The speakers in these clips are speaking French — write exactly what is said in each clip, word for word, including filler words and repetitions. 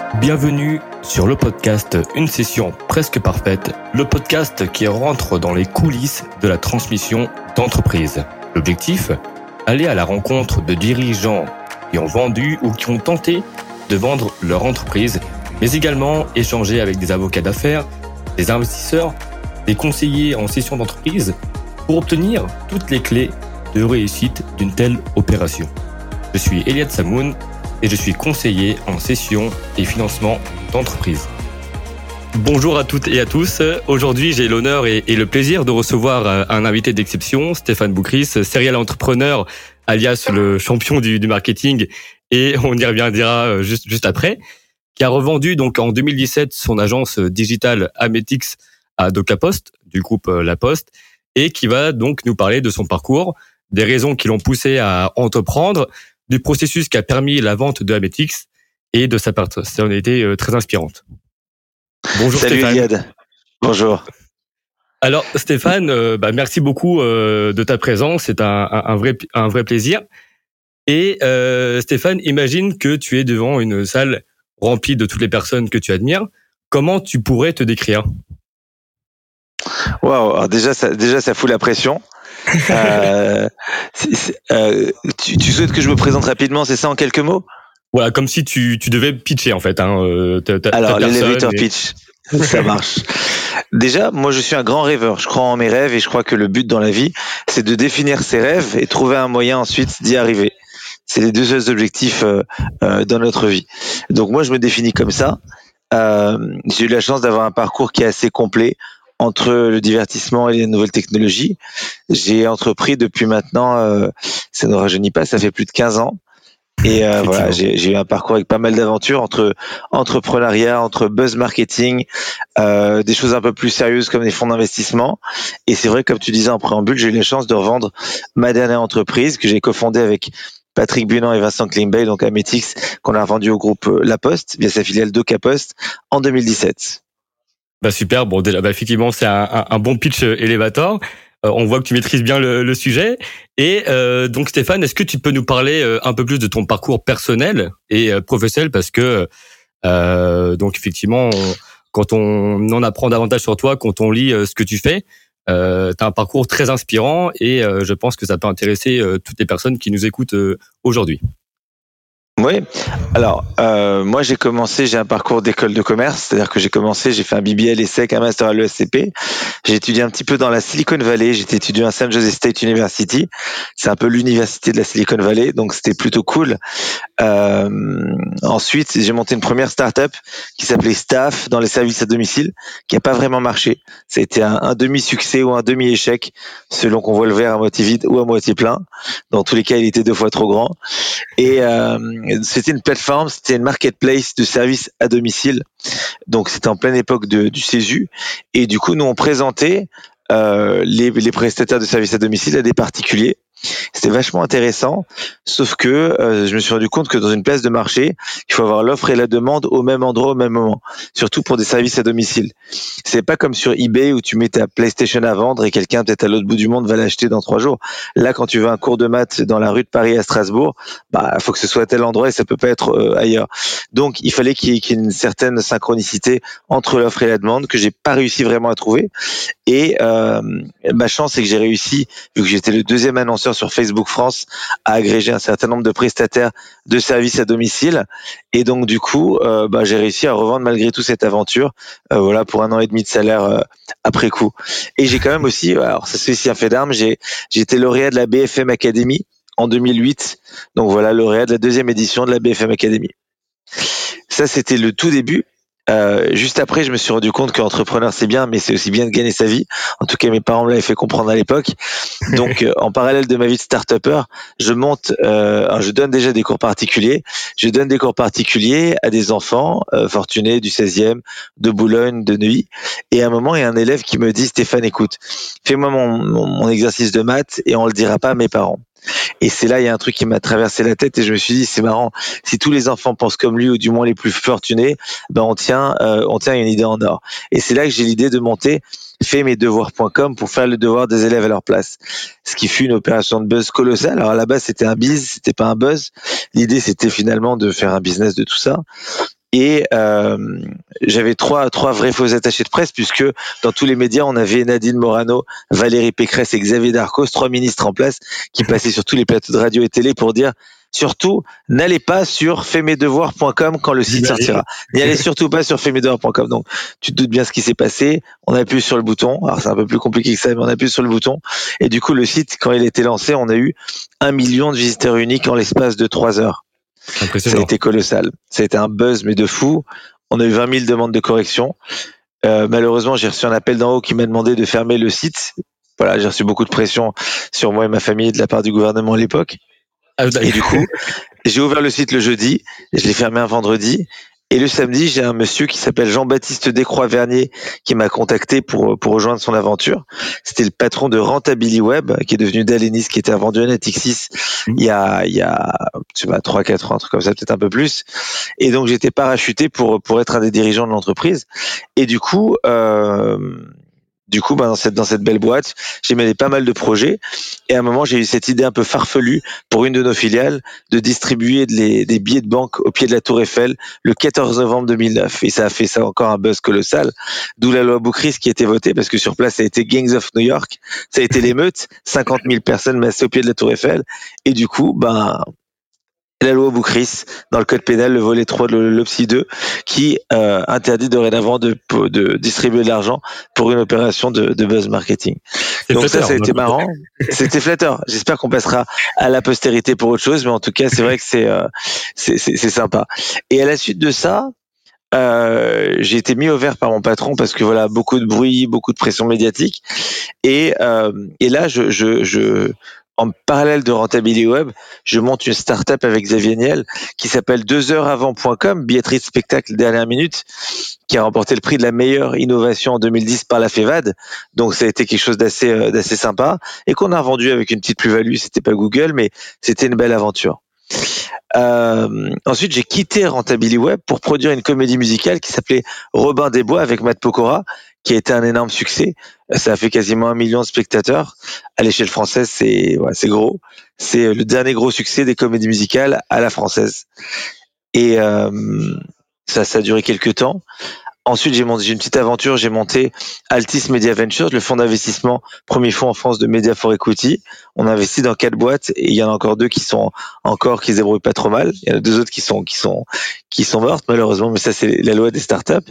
Bienvenue sur le podcast Une session presque parfaite, le podcast qui rentre dans les coulisses de la transmission d'entreprise. L'objectif, aller à la rencontre de dirigeants qui ont vendu ou qui ont tenté de vendre leur entreprise, mais également échanger avec des avocats d'affaires, des investisseurs, des conseillers en session d'entreprise pour obtenir toutes les clés de réussite d'une telle opération. Je suis Eliade Samoun et je suis conseiller en cession et financement d'entreprise. Bonjour à toutes et à tous. Aujourd'hui, j'ai l'honneur et, et le plaisir de recevoir un invité d'exception, Stéphane Boukris, serial entrepreneur, alias le champion du, du marketing, et on y reviendra juste, juste après, qui a revendu donc en deux mille dix-sept son agence digitale Ametix à donc La Poste, du groupe La Poste, et qui va donc nous parler de son parcours, des raisons qui l'ont poussé à entreprendre, du processus qui a permis la vente de Ametix et de sa personnalité très inspirante. Bonjour. Salut Stéphane. Eliade. Bonjour. Alors Stéphane, euh, bah, merci beaucoup euh, de ta présence, c'est un, un, un, vrai, un vrai plaisir. Et euh, Stéphane, imagine que tu es devant une salle remplie de toutes les personnes que tu admires. Comment tu pourrais te décrire ? Waouh, déjà ça, déjà ça fout la pression. euh, c'est, c'est, euh, tu, tu souhaites que je me présente rapidement, c'est ça en quelques mots ? Voilà, comme si tu, tu devais pitcher en fait. Hein, euh, ta, ta, Alors, ta l'elevator et... pitch, ça marche. Déjà, moi je suis un grand rêveur, je crois en mes rêves et je crois que le but dans la vie, c'est de définir ses rêves et trouver un moyen ensuite d'y arriver. C'est les deux seuls objectifs euh, euh, dans notre vie. Donc moi je me définis comme ça. Euh, j'ai eu la chance d'avoir un parcours qui est assez complet entre le divertissement et les nouvelles technologies. J'ai entrepris depuis maintenant, euh, ça ne rajeunit pas, ça fait plus de quinze ans. Et euh, voilà, j'ai, j'ai eu un parcours avec pas mal d'aventures entre entrepreneuriat, entre buzz marketing, euh, des choses un peu plus sérieuses comme des fonds d'investissement. Et c'est vrai, comme tu disais en préambule, j'ai eu la chance de revendre ma dernière entreprise que j'ai cofondée avec Patrick Bunan et Vincent Klimbay, donc Ametix, qu'on a vendu au groupe La Poste via sa filiale Doka Post en deux mille dix-sept. Bah super, bon déjà, bah effectivement c'est un, un, un bon pitch elevator. Euh, on voit que tu maîtrises bien le, le sujet. Et euh, donc Stéphane, est-ce que tu peux nous parler euh, un peu plus de ton parcours personnel et euh, professionnel, parce que euh, donc effectivement, on, quand on en apprend davantage sur toi, quand on lit euh, ce que tu fais, euh, tu as un parcours très inspirant et euh, je pense que ça peut intéresser euh, toutes les personnes qui nous écoutent euh, aujourd'hui. Oui, alors euh, moi j'ai commencé, j'ai un parcours d'école de commerce, c'est-à-dire que j'ai commencé, j'ai fait un B B L, ESSEC, un master à l'E S C P, j'ai étudié un petit peu dans la Silicon Valley, j'étais étudiant à San Jose State University, c'est un peu l'université de la Silicon Valley, donc c'était plutôt cool. Euh, ensuite, j'ai monté une première start-up qui s'appelait Staff dans les services à domicile, qui n'a pas vraiment marché. Ça a été un, un demi-succès ou un demi-échec, selon qu'on voit le verre à moitié vide ou à moitié plein. Dans tous les cas, il était deux fois trop grand. Et euh, c'était une plateforme, c'était une marketplace de services à domicile. Donc c'était en pleine époque de, du Césu. Et du coup, nous on présentait euh, les, les prestataires de services à domicile à des particuliers. C'était vachement intéressant, sauf que euh, je me suis rendu compte que dans une place de marché, il faut avoir l'offre et la demande au même endroit, au même moment, surtout pour des services à domicile. C'est pas comme sur eBay où tu mets ta PlayStation à vendre et quelqu'un peut-être à l'autre bout du monde va l'acheter dans trois jours. Là, quand tu veux un cours de maths dans la rue de Paris à Strasbourg, bah faut que ce soit à tel endroit et ça peut pas être euh, ailleurs. Donc, il fallait qu'il y, ait, qu'il y ait une certaine synchronicité entre l'offre et la demande que j'ai pas réussi vraiment à trouver. Et euh, ma chance, c'est que j'ai réussi, vu que j'étais le deuxième annonceur sur Facebook France, à agréger un certain nombre de prestataires de services à domicile. Et donc, du coup, euh, bah, j'ai réussi à revendre malgré tout cette aventure, euh, voilà, pour un an et demi de salaire euh, après coup. Et j'ai quand même aussi, alors ça c'est aussi un fait d'armes, j'ai, j'ai été lauréat de la B F M Academy en deux mille huit. Donc voilà, lauréat de la deuxième édition de la B F M Academy. Ça, c'était le tout début. Euh, juste après, je me suis rendu compte qu'entrepreneur c'est bien, mais c'est aussi bien de gagner sa vie. En tout cas, mes parents me l'avaient fait comprendre à l'époque. Donc, euh, en parallèle de ma vie de start-upper, je monte, euh, alors je donne déjà des cours particuliers. Je donne des cours particuliers à des enfants euh, fortunés du seizième, de Boulogne, de Neuilly. Et à un moment, il y a un élève qui me dit, Stéphane, écoute, fais-moi mon, mon, mon exercice de maths et on le dira pas à mes parents. Et c'est là, il y a un truc qui m'a traversé la tête et je me suis dit, c'est marrant, si tous les enfants pensent comme lui, ou du moins les plus fortunés, ben on tient, euh, on tient une idée en or. Et c'est là que j'ai l'idée de monter fais mes devoirs point com pour faire le devoir des élèves à leur place. Ce qui fut une opération de buzz colossale. Alors à la base, c'était un biz, c'était pas un buzz. L'idée, c'était finalement de faire un business de tout ça. Et euh, j'avais trois trois vrais faux attachés de presse, puisque dans tous les médias, on avait Nadine Morano, Valérie Pécresse et Xavier Darcos, trois ministres en place, qui passaient sur tous les plateaux de radio et télé pour dire surtout, n'allez pas sur fait mes devoirs point com quand le site sortira. N'y allez surtout pas sur fait mes devoirs point com. Donc, tu te doutes bien ce qui s'est passé. On appuie sur le bouton. Alors, c'est un peu plus compliqué que ça, mais on appuie sur le bouton. Et du coup, le site, quand il a été lancé, on a eu un million de visiteurs uniques en l'espace de trois heures. Ça a été colossal. Ça a été un buzz, mais de fou. On a eu vingt mille demandes de correction. Euh, malheureusement, j'ai reçu un appel d'en haut qui m'a demandé de fermer le site. Voilà, j'ai reçu beaucoup de pression sur moi et ma famille de la part du gouvernement à l'époque. Et du coup, j'ai ouvert le site le jeudi, je l'ai fermé un vendredi, et le samedi, j'ai un monsieur qui s'appelle Jean-Baptiste Descroix-Vernier qui m'a contacté pour pour rejoindre son aventure. C'était le patron de Rentability Web, qui est devenu Dalenis, qui était vendu à Natixis il y a il y a je sais pas trois quatre ans, un truc comme ça, peut-être un peu plus. Et donc j'étais parachuté pour pour être un des dirigeants de l'entreprise. Et du coup, euh, Du coup, bah, dans cette, dans cette belle boîte, j'ai mené pas mal de projets. Et à un moment, j'ai eu cette idée un peu farfelue pour une de nos filiales de distribuer des, des billets de banque au pied de la Tour Eiffel le quatorze novembre deux mille neuf. Et ça a fait ça encore un buzz colossal. D'où la loi Boucris qui a été votée, parce que sur place, ça a été Gangs of New York. Ça a été l'émeute. cinquante mille personnes massées au pied de la Tour Eiffel. Et du coup, ben, la loi Boucris, dans le code pénal, le volet trois de l'O P S I deux, qui euh, interdit dorénavant de, de distribuer de l'argent pour une opération de, de buzz marketing. C'est Donc flatteur, ça, ça a été marrant. C'était flatteur. J'espère qu'on passera à la postérité pour autre chose, mais en tout cas, c'est vrai que c'est euh, c'est, c'est, c'est sympa. Et à la suite de ça, euh, j'ai été mis au vert par mon patron parce que voilà, beaucoup de bruit, beaucoup de pression médiatique. Et, euh, et là, je, je, je en parallèle de Rentability Web, je monte une start-up avec Xavier Niel qui s'appelle deux heures avant point com, billetterie de spectacle dernière minute, qui a remporté le prix de la meilleure innovation en deux mille dix par la FEVAD. Donc ça a été quelque chose d'assez d'assez sympa et qu'on a revendu avec une petite plus-value. C'était pas Google, mais c'était une belle aventure. Euh, ensuite, j'ai quitté Rentability Web pour produire une comédie musicale qui s'appelait Robin des Bois avec Matt Pokora, qui a été un énorme succès. Ça a fait quasiment un million de spectateurs. À l'échelle française, c'est ouais, c'est gros. C'est le dernier gros succès des comédies musicales à la française. Et euh, ça, ça a duré quelques temps. Ensuite, j'ai monté, j'ai une petite aventure, j'ai monté Altis Media Ventures, le fonds d'investissement, premier fonds en France de Media for Equity. On a investi dans quatre boîtes et il y en a encore deux qui sont encore, qui se débrouillent pas trop mal. Il y en a deux autres qui sont, qui sont, qui sont mortes, malheureusement, mais ça, c'est la loi des startups.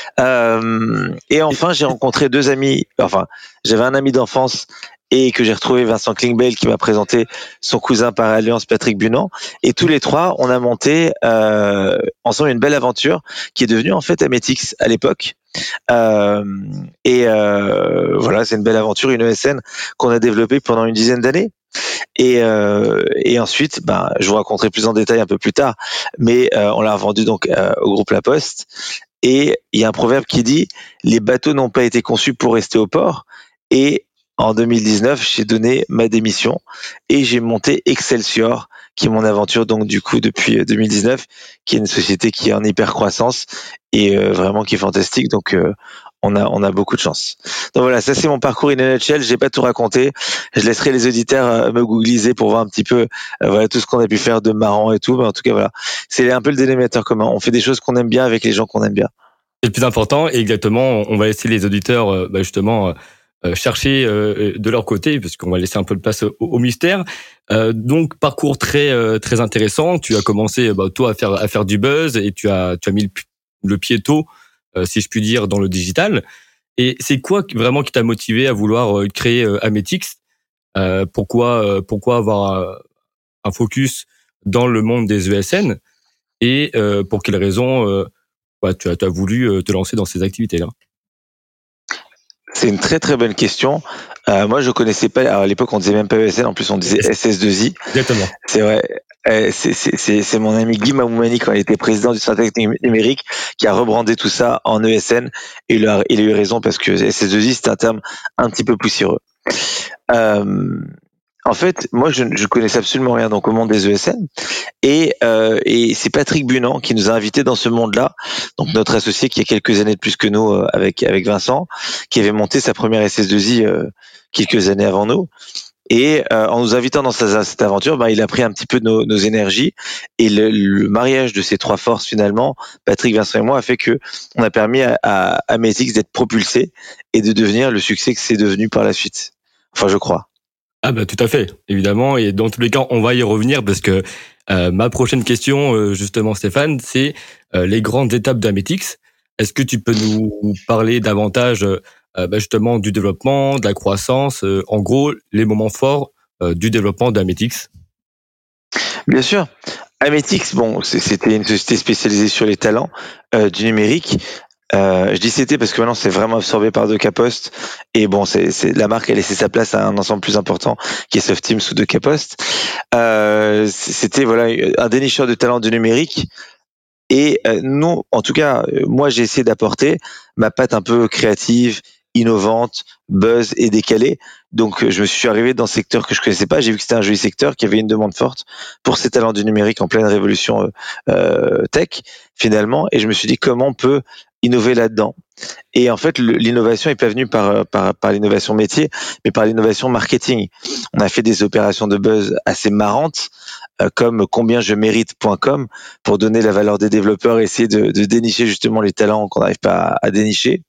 Euh, et enfin, j'ai rencontré deux amis, enfin, j'avais un ami d'enfance et que j'ai retrouvé, Vincent Klingbeil, qui m'a présenté son cousin par alliance, Patrick Bunand. Et tous les trois, on a monté euh, ensemble une belle aventure qui est devenue en fait Ametix à l'époque. Euh, et euh, voilà, c'est une belle aventure, une E S N qu'on a développée pendant une dizaine d'années. Et, euh, et ensuite, ben, je vous raconterai plus en détail un peu plus tard, mais euh, on l'a revendu donc euh, au groupe La Poste. Et il y a un proverbe qui dit « Les bateaux n'ont pas été conçus pour rester au port ». Et en deux mille dix-neuf, j'ai donné ma démission et j'ai monté Excelsior, qui est mon aventure donc du coup depuis deux mille dix-neuf, qui est une société qui est en hyper croissance et euh, vraiment qui est fantastique. Donc euh, on a on a beaucoup de chance. Donc voilà, ça c'est mon parcours in a nutshell. J'ai pas tout raconté. Je laisserai les auditeurs euh, me googliser pour voir un petit peu euh, voilà tout ce qu'on a pu faire de marrant et tout. Mais en tout cas voilà, c'est un peu le dénominateur commun. On fait des choses qu'on aime bien avec les gens qu'on aime bien. C'est le plus important. Et exactement, on va laisser les auditeurs euh, bah justement. Euh, Euh, chercher euh, de leur côté, parce qu'on va laisser un peu de place au, au mystère. Euh, donc parcours très euh, très intéressant. Tu as commencé bah, toi à faire à faire du buzz et tu as tu as mis le, le pied tôt, euh, si je puis dire, dans le digital. Et c'est quoi vraiment qui t'a motivé à vouloir euh, créer euh, Ametix? euh, Pourquoi euh, pourquoi avoir un focus dans le monde des E S N et euh, pour quelles raisons euh, bah, tu as tu as voulu te lancer dans ces activités-là? C'est une très très bonne question. Euh, moi, je connaissais pas. Alors, à l'époque, on disait même pas E S N. En plus, on disait S S deux I. Exactement. C'est vrai. Euh, c'est, c'est, c'est, c'est mon ami Guy Mamoumani, quand il était président du Centre numérique, qui a rebrandé tout ça en E S N. Et il a, il a eu raison parce que S S deux I, c'est un terme un petit peu poussiéreux. Euh, en fait, moi, je ne connaissais absolument rien donc au monde des E S N. Et, euh, et c'est Patrick Bunand qui nous a invités dans ce monde-là. Donc notre associé qui a quelques années de plus que nous euh, avec avec Vincent, qui avait monté sa première S S deux I euh, quelques années avant nous. Et euh, en nous invitant dans sa, cette aventure, ben, il a pris un petit peu de nos, nos énergies. Et le, le mariage de ces trois forces, finalement, Patrick, Vincent et moi, a fait que on a permis à, à, à Métix d'être propulsé et de devenir le succès que c'est devenu par la suite. Enfin, je crois. Ah bah tout à fait, évidemment. Et dans tous les cas, on va y revenir parce que euh, ma prochaine question, euh, justement, Stéphane, c'est euh, les grandes étapes d'Ametix. Est-ce que tu peux nous parler davantage euh, bah, justement du développement, de la croissance, euh, en gros, les moments forts euh, du développement d'Ametix? Bien sûr. Ametix, bon, c'était une société spécialisée sur les talents euh, du numérique. Euh, je dis c'était parce que maintenant c'est vraiment absorbé par DocaPost et bon, c'est, c'est la marque a laissé sa place à un ensemble plus important qui est Softeam sous DocaPost. Euh, c'était voilà un dénicheur de talents du numérique. Et euh, non, en tout cas, euh, moi j'ai essayé d'apporter ma patte un peu créative, innovante, buzz et décalée. Donc euh, je me suis arrivé dans un secteur que je connaissais pas. J'ai vu que c'était un joli secteur, qui avait une demande forte pour ces talents du numérique en pleine révolution euh, euh, tech finalement. Et je me suis dit comment on peut innover là-dedans. Et en fait, le, l'innovation est pas venue par, par, par l'innovation métier, mais par l'innovation marketing. On a fait des opérations de buzz assez marrantes, euh, comme combien je mérite point com, pour donner la valeur des développeurs et essayer de, de dénicher justement les talents qu'on n'arrive pas à, à dénicher.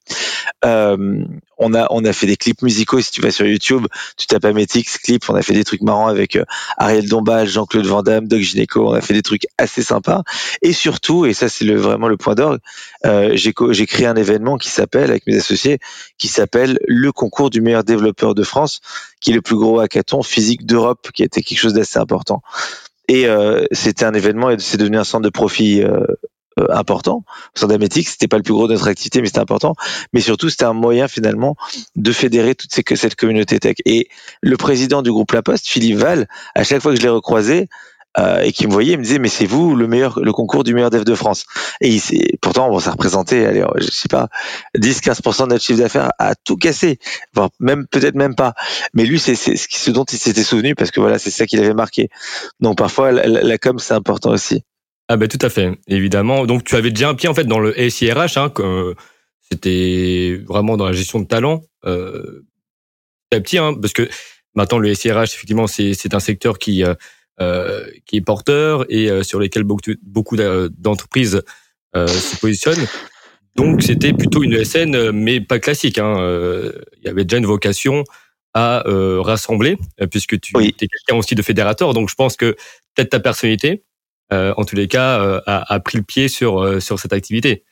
Euh, on a on a fait des clips musicaux. Si tu vas sur YouTube, tu tapes Ametix clip. On a fait des trucs marrants avec euh, Ariel Dombal, Jean-Claude Van Damme, Doc Gynéco. On a fait des trucs assez sympas. Et surtout, et ça c'est le, vraiment le point d'orgue, euh, j'ai j'ai créé un événement qui s'appelle avec mes associés, qui s'appelle le concours du meilleur développeur de France, qui est le plus gros hackathon physique d'Europe, qui a été quelque chose d'assez important. Et euh, c'était un événement et c'est devenu un centre de profit euh, euh, important. Au sein d'Ametix, c'était pas le plus gros de notre activité, mais c'était important. Mais surtout, c'était un moyen finalement de fédérer toute ces, cette communauté tech. Et le président du groupe La Poste, Philippe Val, à chaque fois que je l'ai recroisé, euh, et qui me voyait, il me disait mais c'est vous le meilleur, le concours du meilleur dev de France. Et il s'est, pourtant bon, ça représentait, allez, je sais pas, dix quinze pour cent de notre chiffre d'affaires à tout casser, voire même peut-être même pas. Mais lui, c'est, c'est ce dont il s'était souvenu parce que voilà, c'est ça qui l'avait marqué. Donc parfois la, la, la com c'est important aussi. Ah ben tout à fait, évidemment. Donc tu avais déjà un pied en fait dans le S I R H, hein, que c'était vraiment dans la gestion de talent. Euh, petit à petit, hein, parce que maintenant le S I R H, effectivement, c'est c'est un secteur qui euh, euh, qui est porteur et euh, sur lesquels beaucoup beaucoup d'entreprises euh, se positionnent. Donc c'était plutôt une E S N, mais pas classique. Hein. Euh, il y avait déjà une vocation à euh, rassembler, puisque tu Oui. es quelqu'un aussi de fédérateur. Donc je pense que peut-être ta personnalité, euh, en tous les cas, euh, a, a pris le pied sur euh, sur cette activité.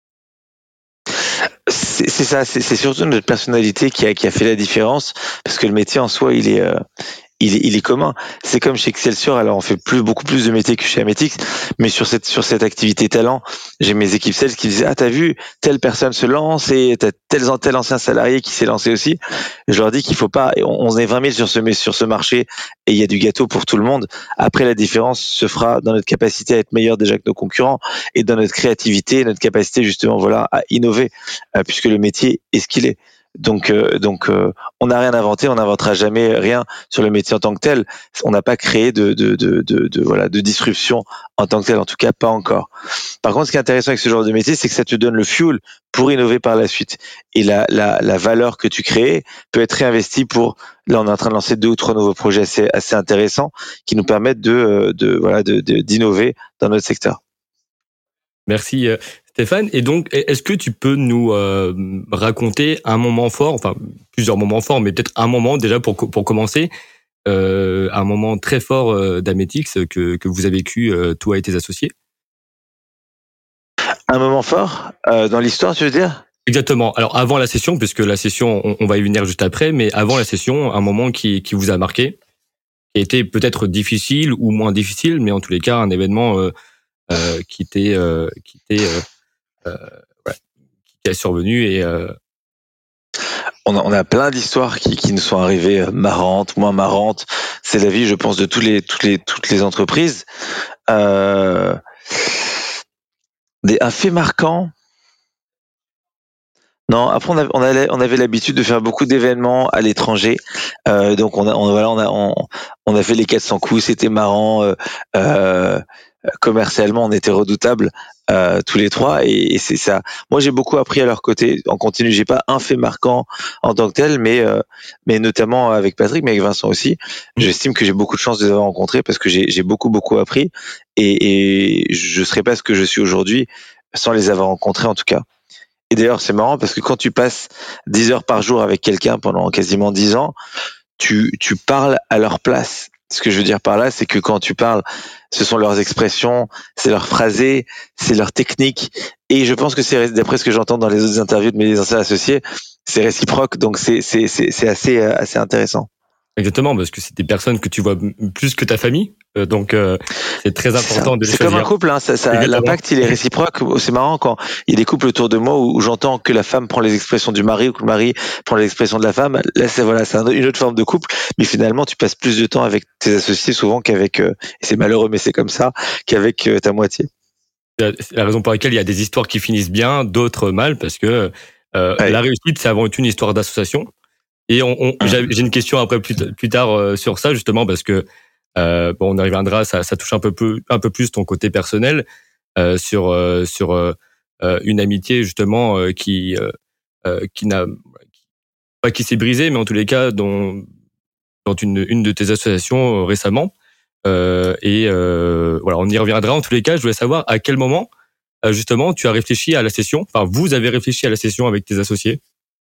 C'est, c'est ça, c'est, c'est surtout notre personnalité qui a, qui a fait la différence, parce que le métier en soi, il est, euh, il est, il est commun. C'est comme chez Excelsior, alors on fait plus, beaucoup plus de métiers que chez Ametix, mais sur cette, sur cette activité talent, j'ai mes équipes sales qui disaient, ah, t'as vu, telle personne se lance et t'as tel, tel ancien salarié qui s'est lancé aussi. Je leur dis qu'il faut pas, on est vingt mille sur ce, sur ce marché et il y a du gâteau pour tout le monde. Après, la différence se fera dans notre capacité à être meilleur déjà que nos concurrents et dans notre créativité, notre capacité justement, voilà, à innover, euh, puisque le métier est ce qu'il est. Donc, euh, donc, euh, on n'a rien inventé, on n'inventera jamais rien sur le métier en tant que tel. On n'a pas créé de, de, de, de, de, voilà, de disruption en tant que tel, en tout cas pas encore. Par contre, ce qui est intéressant avec ce genre de métier, c'est que ça te donne le fuel pour innover par la suite. Et la, la, la valeur que tu crées peut être réinvestie pour. Là, on est en train de lancer deux ou trois nouveaux projets assez, assez intéressants qui nous permettent de, de, voilà, de, de, d'innover dans notre secteur. Merci Stéphane. Et donc, est-ce que tu peux nous euh, raconter un moment fort, enfin plusieurs moments forts, mais peut-être un moment déjà pour pour commencer, euh, un moment très fort euh, d'Ametix que que vous avez vécu euh, toi et tes associés? Un moment fort euh, dans l'histoire, tu veux dire? Exactement. Alors avant la session, puisque la session, on, on va y venir juste après, mais avant la session, un moment qui qui vous a marqué, qui a été peut-être difficile ou moins difficile, mais en tous les cas un événement euh, euh, qui était euh, qui était euh, euh, ouais, qui est survenu et euh... on, a, on a plein d'histoires qui, qui nous sont arrivées euh, marrantes, moins marrantes. C'est la vie, je pense, de tous les, toutes les toutes les entreprises. Euh, des, un fait marquant. Non, après on avait, on avait, on avait l'habitude de faire beaucoup d'événements à l'étranger, euh, donc on a, on, voilà, on a, on, on a fait les quatre cents coups, c'était marrant. Euh, euh, commercialement, on était redoutables euh, tous les trois, et, et c'est ça. Moi, j'ai beaucoup appris à leur côté. En continu, j'ai pas un fait marquant en tant que tel, mais euh, mais notamment avec Patrick, mais avec Vincent aussi. J'estime que j'ai beaucoup de chance de les avoir rencontrés parce que j'ai j'ai beaucoup beaucoup appris, et, et je serais pas ce que je suis aujourd'hui sans les avoir rencontrés en tout cas. Et d'ailleurs, c'est marrant parce que quand tu passes dix heures par jour avec quelqu'un pendant quasiment dix ans, tu, tu parles à leur place. Ce que je veux dire par là, c'est que quand tu parles, ce sont leurs expressions, c'est leurs phrasés, c'est leurs techniques. Et je pense que c'est, d'après ce que j'entends dans les autres interviews de mes anciens associés, c'est réciproque. Donc c'est, c'est, c'est, c'est assez, assez intéressant. Exactement, parce que c'est des personnes que tu vois plus que ta famille, euh, donc euh, c'est très important c'est de les c'est choisir. Comme un couple, hein, ça, ça, l'impact il est réciproque. C'est marrant quand il y a des couples autour de moi où, où j'entends que la femme prend les expressions du mari ou que le mari prend les expressions de la femme. Là, c'est voilà, c'est une autre forme de couple, mais finalement tu passes plus de temps avec tes associés souvent qu'avec, euh, et c'est malheureux mais c'est comme ça, qu'avec euh, ta moitié. C'est la raison pour laquelle il y a des histoires qui finissent bien, d'autres mal, parce que euh, ouais. La réussite c'est avant tout une histoire d'association. Et on, on, j'ai une question après plus, plus tard euh, sur ça justement parce que euh, bon on y reviendra, ça, ça touche un peu plus un peu plus ton côté personnel euh, sur euh, sur euh, une amitié justement euh, qui euh, qui n'a pas qui s'est brisée, mais en tous les cas dont dans une une de tes associations euh, récemment euh, et euh, voilà, on y reviendra. En tous les cas, je voulais savoir à quel moment euh, justement tu as réfléchi à la session, enfin vous avez réfléchi à la session avec tes associés.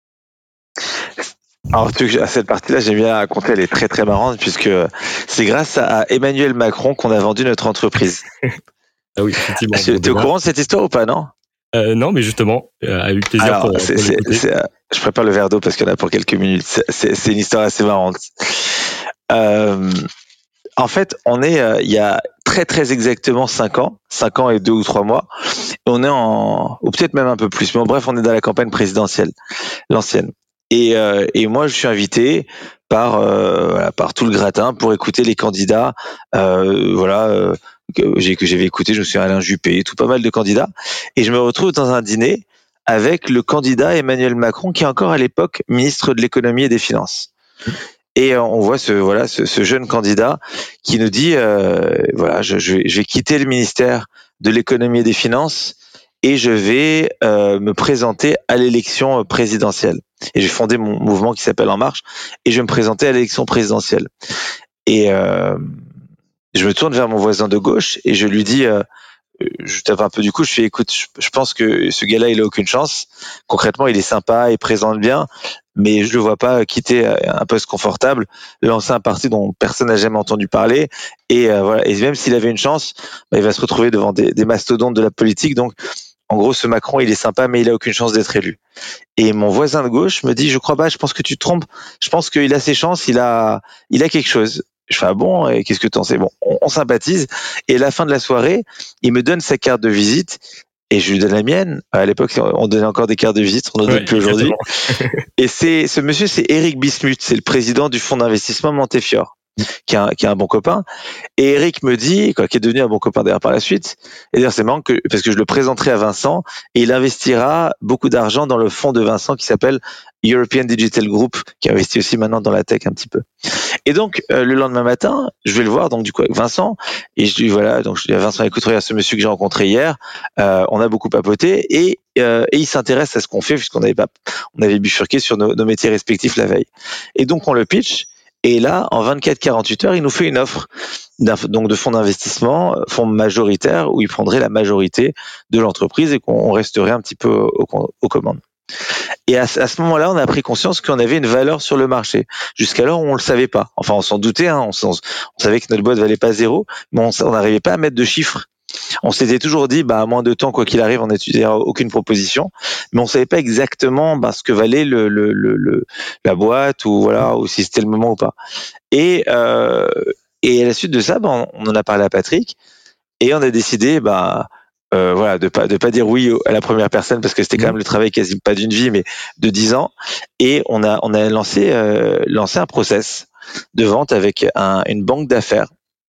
Alors, à cette partie-là, j'aime bien raconter, elle est très très marrante puisque c'est grâce à Emmanuel Macron qu'on a vendu notre entreprise. Ah oui, effectivement. T'es au courant de cette histoire ou pas, non? euh, Non, mais justement, euh, avec plaisir. Alors, pour, c'est, pour c'est, c'est, je prépare le verre d'eau parce qu'il y en a pour quelques minutes. C'est, c'est, c'est une histoire assez marrante. Euh, en fait, on est, euh, il y a très très exactement cinq ans, cinq ans et deux ou trois mois. On est en, ou peut-être même un peu plus, mais en bref, on est dans la campagne présidentielle, l'ancienne. Et, euh, et moi, je suis invité par euh, voilà, par tout le gratin pour écouter les candidats. Euh, voilà, euh, que, j'ai, que j'avais écouté. Je me suis Alain Juppé, tout pas mal de candidats. Et je me retrouve dans un dîner avec le candidat Emmanuel Macron, qui est encore à l'époque ministre de l'économie et des finances. Et on voit ce voilà ce, ce jeune candidat qui nous dit euh, voilà je, je, je vais quitter le ministère de l'économie et des finances et je vais euh, me présenter à l'élection présidentielle. Et j'ai fondé mon mouvement qui s'appelle En Marche et je vais me présenter à l'élection présidentielle. Et euh, je me tourne vers mon voisin de gauche et je lui dis euh, je tape un peu du coup, je fais écoute, je pense que ce gars-là, il a aucune chance. Concrètement, il est sympa, il présente bien, mais je le vois pas quitter un poste confortable, lancer un parti dont personne n'a jamais entendu parler, et euh, voilà. Et même s'il avait une chance, bah, il va se retrouver devant des, des mastodontes de la politique. Donc, en gros, ce Macron, il est sympa, mais il a aucune chance d'être élu. Et mon voisin de gauche me dit, je crois pas, je pense que tu te trompes. Je pense qu'il a ses chances, il a, il a quelque chose. Je fais ah bon, et qu'est-ce que t'en sais? Bon, on, on sympathise. Et à la fin de la soirée, il me donne sa carte de visite et je lui donne la mienne. À l'époque, on donnait encore des cartes de visite, on n'en donne ouais, plus aujourd'hui. Et c'est ce monsieur, c'est Éric Bismuth, c'est le président du fonds d'investissement Montefiore, qui est un, qui est un bon copain. Et Éric me dit, quoi, qui est devenu un bon copain d'ailleurs par la suite. Et d'ailleurs, c'est marrant que, parce que je le présenterai à Vincent et il investira beaucoup d'argent dans le fonds de Vincent qui s'appelle European Digital Group, qui investit aussi maintenant dans la tech un petit peu. Et donc, euh, le lendemain matin, je vais le voir, donc du coup, avec Vincent, et je lui dis, voilà, donc je dis à Vincent, écoute, regarde ce monsieur que j'ai rencontré hier, euh, on a beaucoup papoté, et, euh, et il s'intéresse à ce qu'on fait, puisqu'on avait pas, on avait bifurqué sur nos, nos métiers respectifs la veille. Et donc, on le pitch, et là, en vingt-quatre à quarante-huit heures, il nous fait une offre donc de fonds d'investissement, fonds majoritaire, où il prendrait la majorité de l'entreprise et qu'on resterait un petit peu aux, aux commandes. Et à, à ce moment-là, on a pris conscience qu'on avait une valeur sur le marché. Jusqu'alors, on le savait pas. Enfin, on s'en doutait. Hein. On, on, on savait que notre boîte valait pas zéro, mais on n'arrivait pas à mettre de chiffres. On s'était toujours dit, bah, à moins de temps, quoi qu'il arrive, on n'étudiera aucune proposition, mais on savait pas exactement bah, ce que valait le, le, le, le, la boîte ou voilà, ou si c'était le moment ou pas. Et, euh, et à la suite de ça, bah, on en a parlé à Patrick et on a décidé, bah, Euh, voilà, de pas de pas dire oui à la première personne parce que c'était quand même le travail quasi pas d'une vie mais de dix ans, et on a on a lancé euh, lancé un process de vente avec un, une banque d'affaires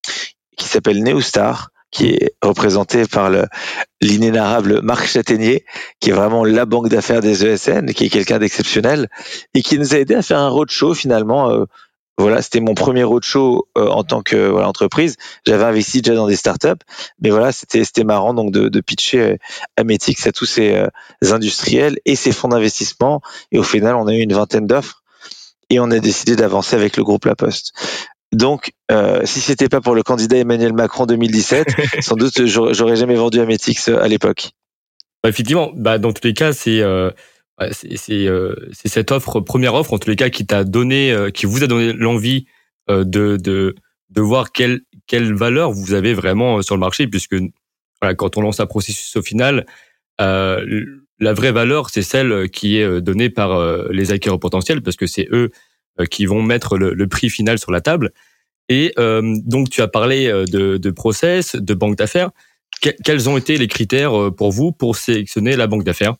qui s'appelle Neostar, qui est représentée par le l'inénarrable Marc Châtaignier, qui est vraiment la banque d'affaires des E S N, qui est quelqu'un d'exceptionnel et qui nous a aidé à faire un roadshow finalement euh, Voilà, c'était mon premier roadshow euh, en tant que voilà, entreprise. J'avais investi déjà dans des startups, mais voilà, c'était c'était marrant donc de, de pitcher euh, Ametix à tous ces euh, industriels et ces fonds d'investissement. Et au final, on a eu une vingtaine d'offres et on a décidé d'avancer avec le groupe La Poste. Donc, euh, si c'était pas pour le candidat Emmanuel Macron deux mille dix-sept, sans doute j'aurais, j'aurais jamais vendu Ametix à l'époque. Bah, effectivement, bah, dans tous les cas, c'est euh, ouais, c'est c'est, euh, c'est cette offre, première offre, en tous les cas, qui t'a donné, euh, qui vous a donné l'envie euh, de de de voir quelle quelle valeur vous avez vraiment euh, sur le marché, puisque voilà, quand on lance un processus au final, euh, la vraie valeur, c'est celle qui est donnée par euh, les acquéreurs potentiels, parce que c'est eux euh, qui vont mettre le, le prix final sur la table. Et euh, donc, tu as parlé de, de process, de banque d'affaires. Que, quels ont été les critères pour vous pour sélectionner la banque d'affaires?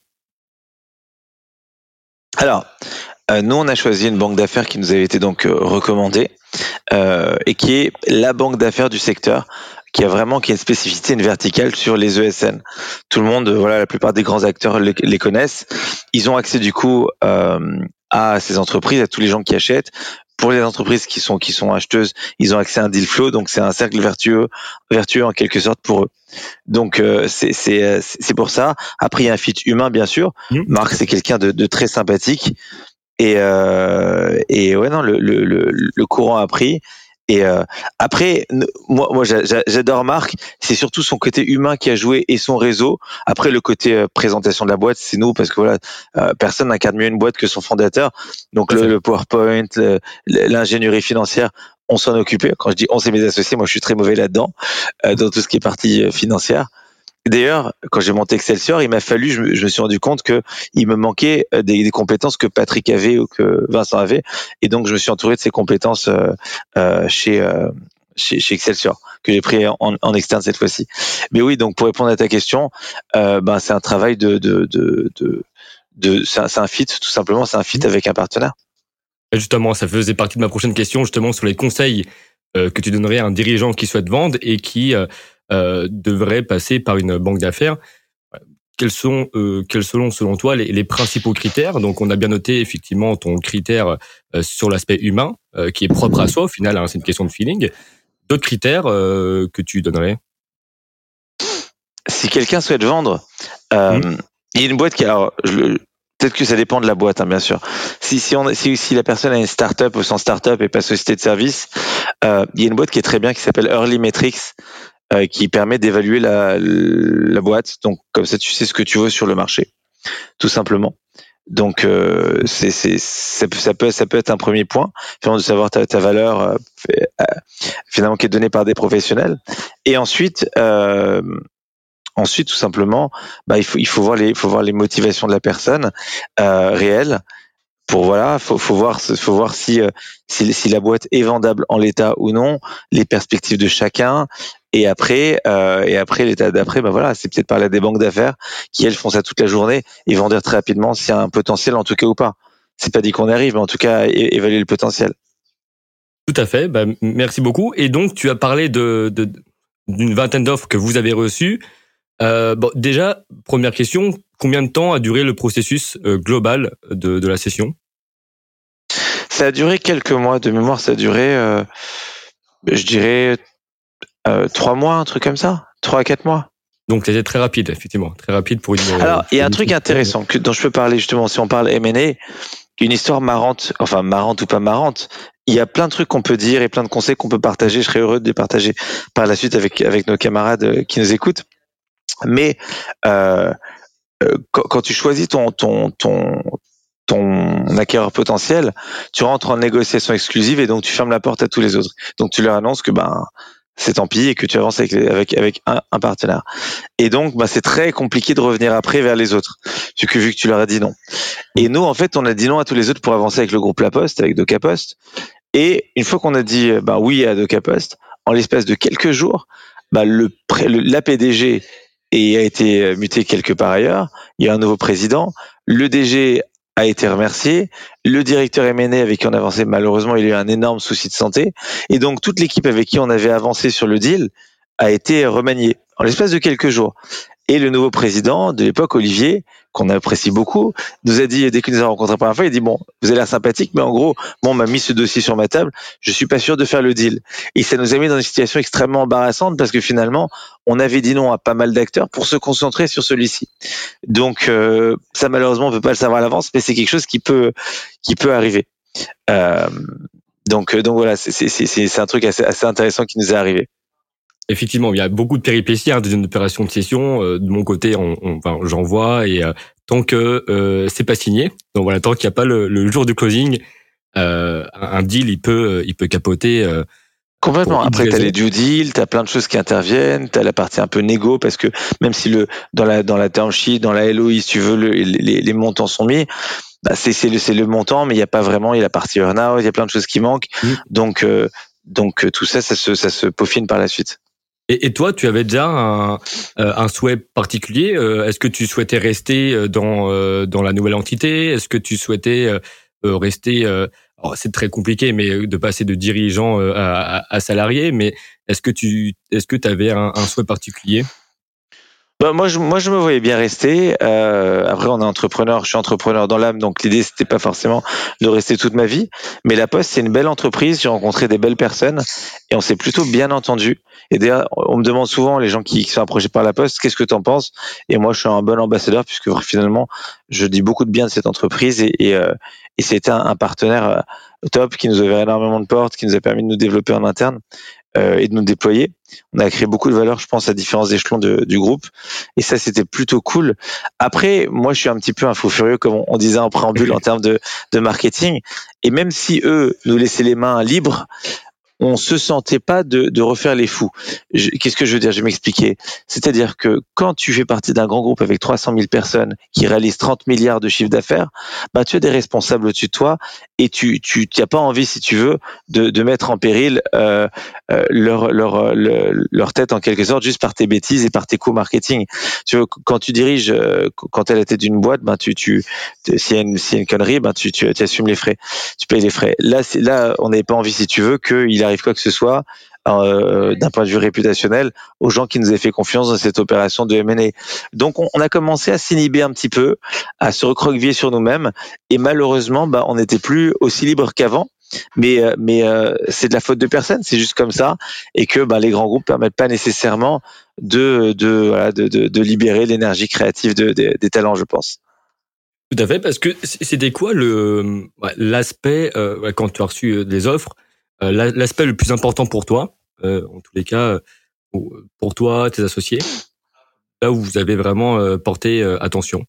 Alors, euh, nous, on a choisi une banque d'affaires qui nous avait été donc euh, recommandée euh, et qui est la banque d'affaires du secteur, qui a vraiment qui a une spécificité, une verticale sur les E S N. Tout le monde, voilà, la plupart des grands acteurs les, les connaissent. Ils ont accès du coup euh, à ces entreprises, à tous les gens qui achètent. Pour les entreprises qui sont qui sont acheteuses, ils ont accès à un deal flow, donc c'est un cercle vertueux, vertueux en quelque sorte pour eux. Donc euh, c'est c'est c'est pour ça. Après il y a un fit humain bien sûr. Mmh. Marc c'est quelqu'un de, de très sympathique et euh, et ouais non le le le, le courant a pris. Et euh, après, moi, moi, j'adore Marc. C'est surtout son côté humain qui a joué et son réseau. Après, le côté euh, présentation de la boîte, c'est nous parce que voilà, euh, personne n'incarne mieux une boîte que son fondateur. Donc le, le PowerPoint, le, l'ingénierie financière, on s'en occupait. Quand je dis on, c'est mes associés. Moi, je suis très mauvais là-dedans, euh, dans tout ce qui est partie euh, financière. D'ailleurs, quand j'ai monté Excelsior, il m'a fallu, je me, je me suis rendu compte que il me manquait des, des compétences que Patrick avait ou que Vincent avait, et donc je me suis entouré de ces compétences euh, euh, chez, euh, chez chez Excelsior que j'ai pris en, en externe cette fois-ci. Mais oui, donc pour répondre à ta question, euh, ben c'est un travail de de de, de, de c'est un, c'est un fit tout simplement, c'est un fit avec un partenaire. Et justement, ça faisait partie de ma prochaine question, justement sur les conseils euh, que tu donnerais à un dirigeant qui souhaite vendre et qui euh, euh, devrait passer par une banque d'affaires. Quels sont, euh, quels sont selon toi les, les principaux critères? Donc, on a bien noté effectivement ton critère euh, sur l'aspect humain, euh, qui est propre à soi au final, hein, c'est une question de feeling. D'autres critères euh, que tu donnerais? Si quelqu'un souhaite vendre, euh, mmh. il y a une boîte qui, alors, je, peut-être que ça dépend de la boîte, hein, bien sûr. Si, si, on, si, si la personne a une start-up ou sans start-up et pas société de service, euh, il y a une boîte qui est très bien qui s'appelle Early Metrics, euh, qui permet d'évaluer la, la boîte. Donc, comme ça, tu sais ce que tu veux sur le marché, tout simplement. Donc, euh, c'est, c'est, ça, peut, ça, peut, ça peut être un premier point, finalement, de savoir ta, ta valeur, euh, finalement, qui est donnée par des professionnels. Et ensuite, euh, Ensuite, tout simplement, bah, il faut il faut voir les il faut voir les motivations de la personne euh, réelles. Pour voilà, faut faut voir faut voir si euh, si si la boîte est vendable en l'état ou non, les perspectives de chacun. Et après euh, et après l'état d'après, bah voilà, c'est peut-être parler à des banques d'affaires qui elles font ça toute la journée et vont dire très rapidement s'il y a un potentiel en tout cas ou pas. C'est pas dit qu'on arrive, mais en tout cas é- évaluer le potentiel. Tout à fait. Bah, merci beaucoup. Et donc, tu as parlé de, de d'une vingtaine d'offres que vous avez reçues. Euh, bon, déjà, première question, combien de temps a duré le processus euh, global de, de la session? Ça a duré quelques mois de mémoire, ça a duré, euh, je dirais, euh, trois mois, un truc comme ça, trois à quatre mois. Donc, c'était très rapide, effectivement, très rapide pour une. Alors, il y a un truc intéressant que, dont je peux parler justement, si on parle M and A, une histoire marrante, enfin marrante ou pas marrante. Il y a plein de trucs qu'on peut dire et plein de conseils qu'on peut partager. Je serais heureux de les partager par la suite avec avec nos camarades qui nous écoutent. Mais euh, quand, quand tu choisis ton ton ton ton acquéreur potentiel, tu rentres en négociation exclusive et donc tu fermes la porte à tous les autres. Donc tu leur annonces que ben c'est tant pis et que tu avances avec avec avec un, un partenaire. Et donc ben c'est très compliqué de revenir après vers les autres, vu que vu que tu leur as dit non. Et nous en fait on a dit non à tous les autres pour avancer avec le groupe La Poste, avec DocaPost. Et une fois qu'on a dit ben oui à DocaPost, en l'espace de quelques jours, ben le, le la P D G et a été muté quelque part ailleurs. Il y a un nouveau président. Le D G a été remercié. Le directeur M and A avec qui on avançait, malheureusement, il a eu un énorme souci de santé. Et donc, toute l'équipe avec qui on avait avancé sur le deal a été remaniée. en l'espace de quelques jours. Et le nouveau président de l'époque, Olivier, qu'on apprécie beaucoup, nous a dit, dès qu'il nous a rencontrés la première fois, il dit, bon, vous avez l'air sympathique, mais en gros, bon, on m'a mis ce dossier sur ma table, je suis pas sûr de faire le deal. Et ça nous a mis dans une situation extrêmement embarrassante parce que finalement, on avait dit non à pas mal d'acteurs pour se concentrer sur celui-ci. Donc, euh, ça, malheureusement, on peut pas le savoir à l'avance, mais c'est quelque chose qui peut, qui peut arriver. Euh, donc, donc voilà, c'est, c'est, c'est, c'est un truc assez, assez intéressant qui nous est arrivé. Effectivement, il y a beaucoup de péripéties hein, dans une opération de cession. Euh, de mon côté, on, on, enfin, j'en vois et euh, tant que euh, c'est pas signé, donc voilà, tant qu'il n'y a pas le, le jour du closing, euh, un deal, il peut, il peut capoter. Euh, Complètement. Après, t'as les due deals, t'as plein de choses qui interviennent, t'as la partie un peu négo parce que même si le dans la dans la term sheet, dans la L O I, si tu veux, le, les, les montants sont mis, bah c'est c'est le c'est le montant, mais il y a pas vraiment, il y a la partie earn-out, il y a plein de choses qui manquent. Mmh. Donc euh, donc tout ça, ça se ça se peaufine par la suite. Et, et toi, tu avais déjà un, un souhait particulier. Est-ce que tu souhaitais rester dans dans la nouvelle entité? Est-ce que tu souhaitais rester alors c'est très compliqué, mais de passer de dirigeant à, à, à salarié. Mais est-ce que tu est-ce que tu avais un, un souhait particulier? Bah moi je moi je me voyais bien rester. Euh, après on est entrepreneur, je suis entrepreneur dans l'âme, donc l'idée c'était pas forcément de rester toute ma vie. Mais La Poste c'est une belle entreprise, j'ai rencontré des belles personnes et on s'est plutôt bien entendu. Et d'ailleurs on me demande souvent les gens qui, qui sont approchés par La Poste, qu'est-ce que t'en penses? Et moi je suis un bon ambassadeur puisque finalement je dis beaucoup de bien de cette entreprise et et, euh, et c'était un, un partenaire top qui nous a ouvert énormément de portes, qui nous a permis de nous développer en interne. Euh, et de nous déployer. On a créé beaucoup de valeur, je pense, à différents échelons de, du groupe. Et ça, c'était plutôt cool. Après, moi, je suis un petit peu un fou furieux, comme on, on disait en préambule, en termes de, de marketing. Et même si eux nous laissaient les mains libres, on se sentait pas de, de refaire les fous. Je, qu'est-ce que je veux dire? Je vais m'expliquer. C'est-à-dire que quand tu fais partie d'un grand groupe avec trois cent mille personnes qui réalisent trente milliards de chiffre d'affaires, bah tu as des responsables au-dessus de toi et tu tu n'as pas envie, si tu veux, de, de mettre en péril euh, euh, leur leur leur leur tête en quelque sorte juste par tes bêtises et par tes coûts marketing. Tu vois, quand tu diriges, quand tu es à la tête d'une boîte, ben tu tu s'il y a une s'il y a une connerie, ben tu tu, tu assumes les frais, tu payes les frais. Là c'est là on n'avait pas envie, si tu veux, qu'il arrive quoi que ce soit euh, d'un point de vue réputationnel aux gens qui nous avaient fait confiance dans cette opération de M and A. Donc on, on a commencé à s'inhiber un petit peu, à se recroqueviller sur nous-mêmes et malheureusement bah, on n'était plus aussi libre qu'avant. Mais mais euh, c'est de la faute de personne, c'est juste comme ça et que bah, les grands groupes permettent pas nécessairement de de voilà, de, de, de libérer l'énergie créative de, de, des talents, je pense. Tout à fait, parce que c'était quoi le l'aspect euh, quand tu as reçu des offres, euh, l'aspect le plus important pour toi, euh, en tous les cas, pour toi, tes associés, là où vous avez vraiment euh, porté euh, attention.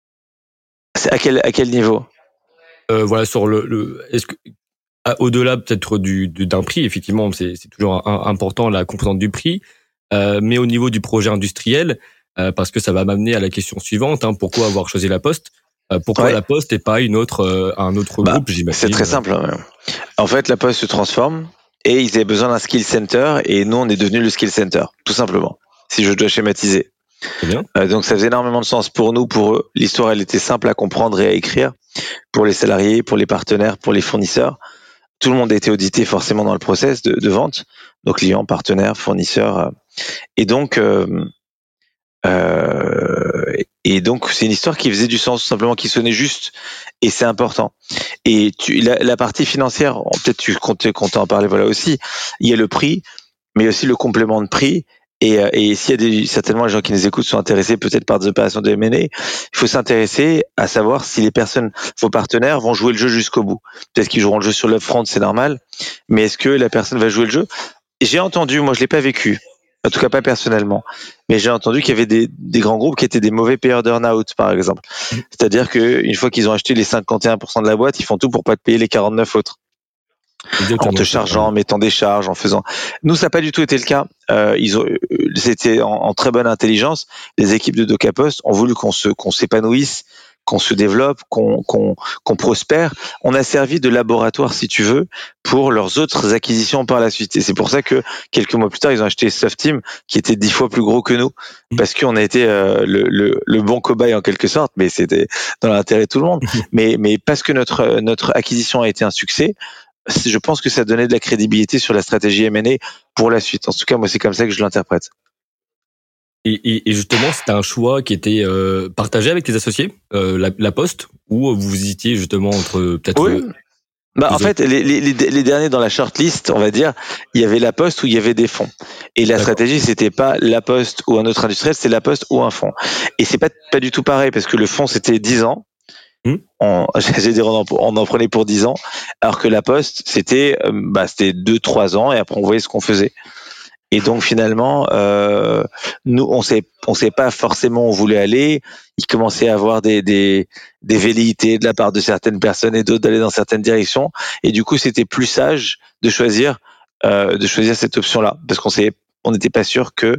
C'est à quel à quel niveau? Euh, voilà sur le, le est-ce que au-delà peut-être du, du d'un prix, effectivement, c'est c'est toujours un, important la composante du prix, euh, mais au niveau du projet industriel, euh, parce que ça va m'amener à la question suivante, hein, pourquoi avoir choisi La Poste? Pourquoi ouais. La Poste et pas une autre, euh, un autre bah, groupe, j'imagine? C'est très simple. Hein. En fait, La Poste se transforme et ils avaient besoin d'un skill center et nous, on est devenu le skill center, tout simplement, si je dois schématiser. C'est bien. Euh, donc, ça faisait énormément de sens pour nous, pour eux. L'histoire, elle était simple à comprendre et à écrire pour les salariés, pour les partenaires, pour les fournisseurs. Tout le monde a été audité forcément dans le process de, de vente, donc clients, partenaires, fournisseurs. Et donc, euh, euh, et donc c'est une histoire qui faisait du sens, tout simplement, qui sonnait juste, et c'est important. Et tu, la, la partie financière, peut-être tu comptais, comptais en parler, voilà aussi. Il y a le prix, mais aussi le complément de prix. Et, et s'il y a des, certainement les gens qui nous écoutent sont intéressés peut-être par des opérations de M and A, il faut s'intéresser à savoir si les personnes, vos partenaires, vont jouer le jeu jusqu'au bout. Peut-être qu'ils joueront le jeu sur l'upfront, c'est normal, mais est-ce que la personne va jouer le jeu? J'ai entendu, moi je l'ai pas vécu, en tout cas pas personnellement, mais j'ai entendu qu'il y avait des, des grands groupes qui étaient des mauvais payeurs d'earn-out, par exemple. C'est-à-dire qu'une fois qu'ils ont acheté les cinquante et un pour cent de la boîte, ils font tout pour pas te payer les quarante-neuf autres. Exactement. En te chargeant, en mettant des charges, en faisant. Nous, ça n'a pas du tout été le cas. Euh, ils ont, c'était en, en très bonne intelligence. Les équipes de DocaPost ont voulu qu'on se, qu'on s'épanouisse, qu'on se développe, qu'on, qu'on, qu'on prospère. On a servi de laboratoire, si tu veux, pour leurs autres acquisitions par la suite. Et c'est pour ça que quelques mois plus tard, ils ont acheté Softeam, qui était dix fois plus gros que nous, parce qu'on a été euh, le, le, le bon cobaye en quelque sorte, mais c'était dans l'intérêt de tout le monde. mais, mais parce que notre, notre acquisition a été un succès, je pense que ça donnait de la crédibilité sur la stratégie M and A pour la suite. En tout cas, moi, c'est comme ça que je l'interprète. Et, et, et justement, c'était un choix qui était euh, partagé avec tes associés, euh, la, la Poste, ou vous hésitiez justement entre peut-être Oui. Bah, en deux autres? fait, les, les, les derniers dans la shortlist, on va dire, il y avait la Poste où il y avait des fonds. Et la D'accord. stratégie, c'était pas la Poste ou un autre industriel, c'est la Poste ou un fonds. Et c'est pas, pas du tout pareil, parce que le fonds, c'était dix ans. Hmm. On, j'allais dire, on en, on en prenait pour dix ans. Alors que la Poste, c'était, bah, c'était deux, trois ans, et après, on voyait ce qu'on faisait. Et donc finalement, euh, nous, on sait, on sait pas forcément où on voulait aller. Il commençait à avoir des, des, des velléités de la part de certaines personnes et d'autres d'aller dans certaines directions. Et du coup, c'était plus sage de choisir, euh, de choisir cette option-là, parce qu'on sait, on n'était pas sûr que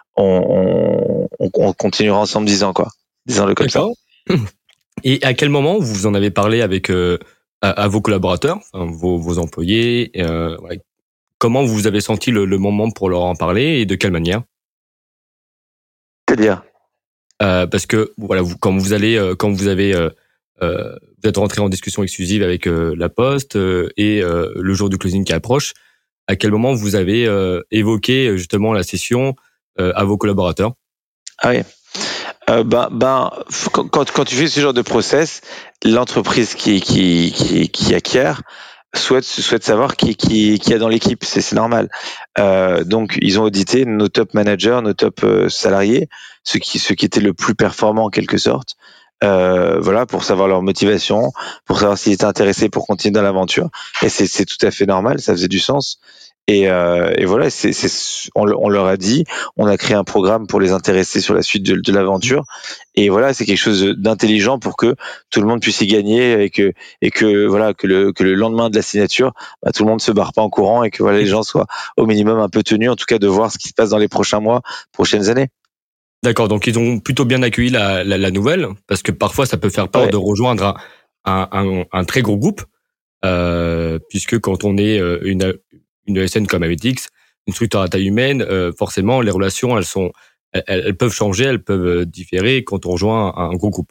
on, on, on continuera ensemble dix ans, quoi. Disons-le comme ça. D'accord. Et à quel moment vous en avez parlé avec euh, à, à vos collaborateurs, enfin, vos, vos employés euh, ouais. Comment vous avez senti le, le moment pour leur en parler et de quelle manière? C'est-à-dire? Euh, parce que voilà, vous, quand vous allez, euh, quand vous avez, euh, euh, vous êtes rentré en discussion exclusive avec euh, la Poste euh, et euh, le jour du closing qui approche, à quel moment vous avez euh, évoqué justement la session euh, à vos collaborateurs? Ah oui. Euh, ben, ben, quand, quand tu fais ce genre de process, l'entreprise qui, qui, qui, qui acquiert souhaite, souhaite savoir qui, qui, qui y a dans l'équipe. C'est, c'est normal. Euh, donc, ils ont audité nos top managers, nos top euh, salariés, ceux qui, ceux qui étaient le plus performants en quelque sorte. Euh, voilà, pour savoir leur motivation, pour savoir s'ils étaient intéressés pour continuer dans l'aventure. Et c'est, c'est tout à fait normal, ça faisait du sens. Et, euh, et voilà, c'est, c'est, on, on leur a dit, on a créé un programme pour les intéresser sur la suite de, de l'aventure. Et voilà, c'est quelque chose d'intelligent pour que tout le monde puisse y gagner et que, et que voilà, que le, que le lendemain de la signature, bah, tout le monde se barre pas en courant et que voilà, les gens soient au minimum un peu tenus, en tout cas, de voir ce qui se passe dans les prochains mois, prochaines années. D'accord, donc ils ont plutôt bien accueilli la, la, la nouvelle, parce que parfois ça peut faire peur Ouais. de rejoindre un, un, un, un très gros groupe, euh, puisque quand on est euh, une, une E S N comme Avetix, une structure à taille humaine, euh, forcément les relations elles sont, elles, elles peuvent changer, elles peuvent différer quand on rejoint un, un gros groupe.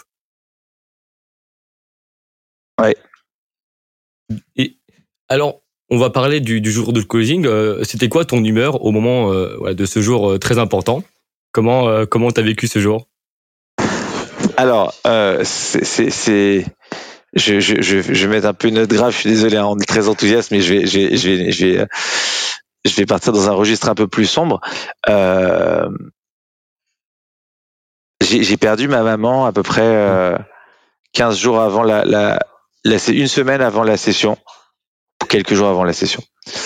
Ouais. Et alors, on va parler du, du jour de closing. Euh, c'était quoi ton humeur au moment euh, ouais, de ce jour euh, très important? Comment euh, comment t'as vécu ce jour? Alors, euh, c'est, c'est, c'est, je, je, je, je vais mettre un peu une note grave. Je suis désolé, hein, on est très enthousiaste, mais je vais, je vais, je vais, je vais, je vais partir dans un registre un peu plus sombre. Euh, j'ai, j'ai perdu ma maman à peu près euh, quinze jours avant la, la, la, une semaine avant la session, quelques jours avant la session.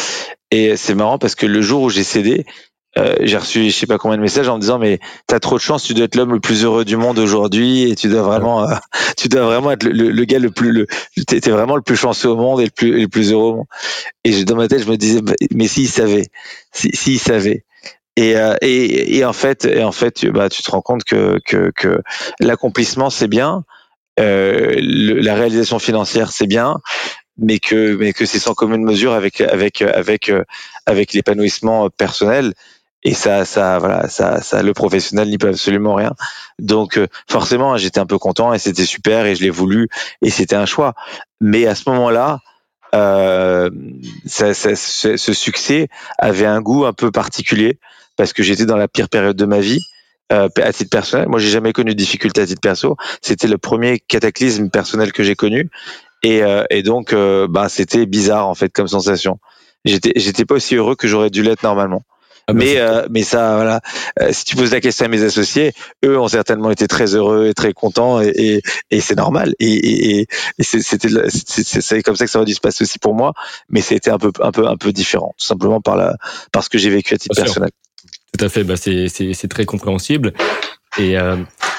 Et c'est marrant parce que le jour où j'ai cédé, euh, j'ai reçu je sais pas combien de messages en me disant mais t'as trop de chance, tu dois être l'homme le plus heureux du monde aujourd'hui et tu dois vraiment, euh, tu dois vraiment être le, le, le gars le plus, le, t'es, t'es vraiment le plus chanceux au monde et le plus, le plus heureux au monde. Et je, dans ma tête je me disais mais s'il savait, si, s'il savait. Et, euh, et, et en fait, et en fait, bah, tu te rends compte que, que, que l'accomplissement c'est bien, euh, le, la réalisation financière c'est bien, mais que mais que c'est sans commune mesure avec avec avec avec l'épanouissement personnel. Et ça, ça, voilà, ça, ça, le professionnel n'y peut absolument rien. Donc, forcément, j'étais un peu content et c'était super et je l'ai voulu et c'était un choix. Mais à ce moment-là, euh, ça, ça, ce, ce succès avait un goût un peu particulier parce que j'étais dans la pire période de ma vie. Euh, à titre personnel, moi j'ai jamais connu de difficulté à titre perso. C'était le premier cataclysme personnel que j'ai connu. Et, euh, et donc, euh, bah, c'était bizarre en fait comme sensation. J'étais, j'étais pas aussi heureux que j'aurais dû l'être normalement. Ah bah Mais, c'est euh, mais ça, voilà. Euh, si tu poses la question à mes associés, eux ont certainement été très heureux et très contents, et, et, et c'est normal. Et, et, et c'est, c'était, c'est, c'est, c'est comme ça que ça aurait dû se passer aussi pour moi. Mais c'était un peu, un peu, un peu différent, tout simplement par la, parce que j'ai vécu à titre bien sûr. personnel. Tout à fait, bah c'est c'est c'est très compréhensible. Et euh,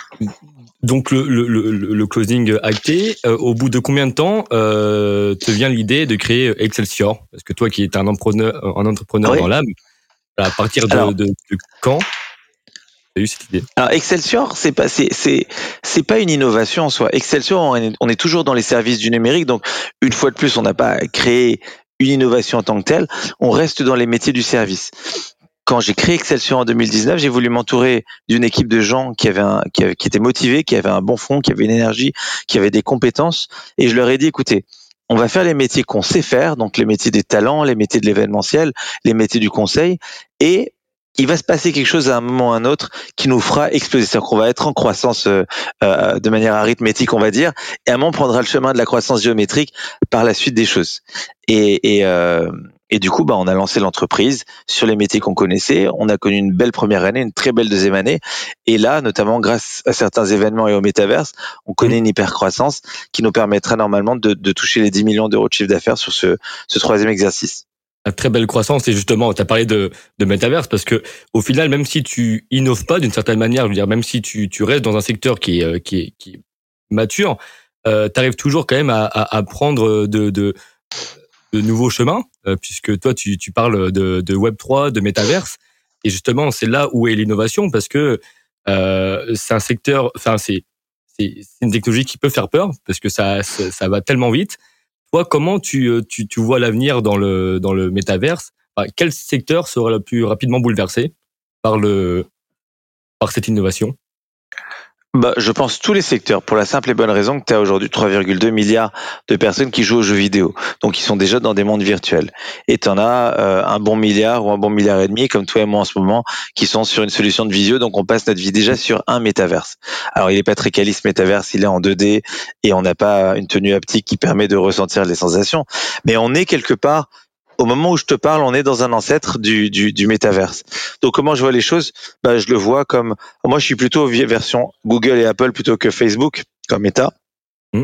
donc le le le, le closing acté, euh, au bout de combien de temps euh, te vient l'idée de créer Excelsior? Parce que toi qui es un entrepreneur un entrepreneur Oui. dans l'âme, à partir de Alors, de, de quand tu as eu cette idée? Alors Excelsior, c'est pas c'est c'est c'est pas une innovation en soi. Excelsior, on est, on est toujours dans les services du numérique, donc une fois de plus, on n'a pas créé une innovation en tant que telle. On reste dans les métiers du service. Quand j'ai créé Excelsior en deux mille dix-neuf, j'ai voulu m'entourer d'une équipe de gens qui avaient un, qui, avaient, qui étaient motivés, qui avaient un bon fond, qui avaient une énergie, qui avaient des compétences, et je leur ai dit écoutez, on va faire les métiers qu'on sait faire, donc les métiers des talents, les métiers de l'événementiel, les métiers du conseil, et il va se passer quelque chose à un moment ou à un autre qui nous fera exploser. C'est-à-dire qu'on va être en croissance euh, euh, de manière arithmétique, on va dire, et à un moment on prendra le chemin de la croissance géométrique par la suite des choses. Et, et, euh, et du coup, bah, on a lancé l'entreprise sur les métiers qu'on connaissait. On a connu une belle première année, une très belle deuxième année. Et là, notamment grâce à certains événements et au métaverse, on connaît une hyper-croissance qui nous permettra normalement de, de toucher les dix millions d'euros de chiffre d'affaires sur ce, ce troisième exercice. Une très belle croissance, et justement, tu as parlé de, de métaverse, parce que au final, même si tu innoves pas d'une certaine manière, je veux dire, même si tu, tu restes dans un secteur qui est, qui est, qui est mature, euh, tu arrives toujours quand même à, à, à prendre de, de, de nouveaux chemins, euh, puisque toi, tu, tu parles de, de web trois, de métaverse, et justement, c'est là où est l'innovation, parce que euh, c'est un secteur, enfin, c'est, c'est une technologie qui peut faire peur, parce que ça, ça, ça va tellement vite. Toi, comment tu, tu, tu vois l'avenir dans le, dans le métaverse? Enfin, quel secteur sera le plus rapidement bouleversé par, le, par cette innovation? Bah, je pense tous les secteurs, pour la simple et bonne raison que tu as aujourd'hui trois virgule deux milliards de personnes qui jouent aux jeux vidéo. Donc, ils sont déjà dans des mondes virtuels. Et tu en as euh, un bon milliard ou un bon milliard et demi, comme toi et moi en ce moment, qui sont sur une solution de visio. Donc, on passe notre vie déjà sur un métaverse. Alors, il est pas très quali ce métaverse, il est en deux D et on n'a pas une tenue haptique qui permet de ressentir les sensations. Mais on est quelque part, au moment où je te parle, on est dans un ancêtre du, du, du métaverse. Donc, comment je vois les choses? Bah, je le vois comme, moi, je suis plutôt version Google et Apple plutôt que Facebook, comme Meta. Mmh.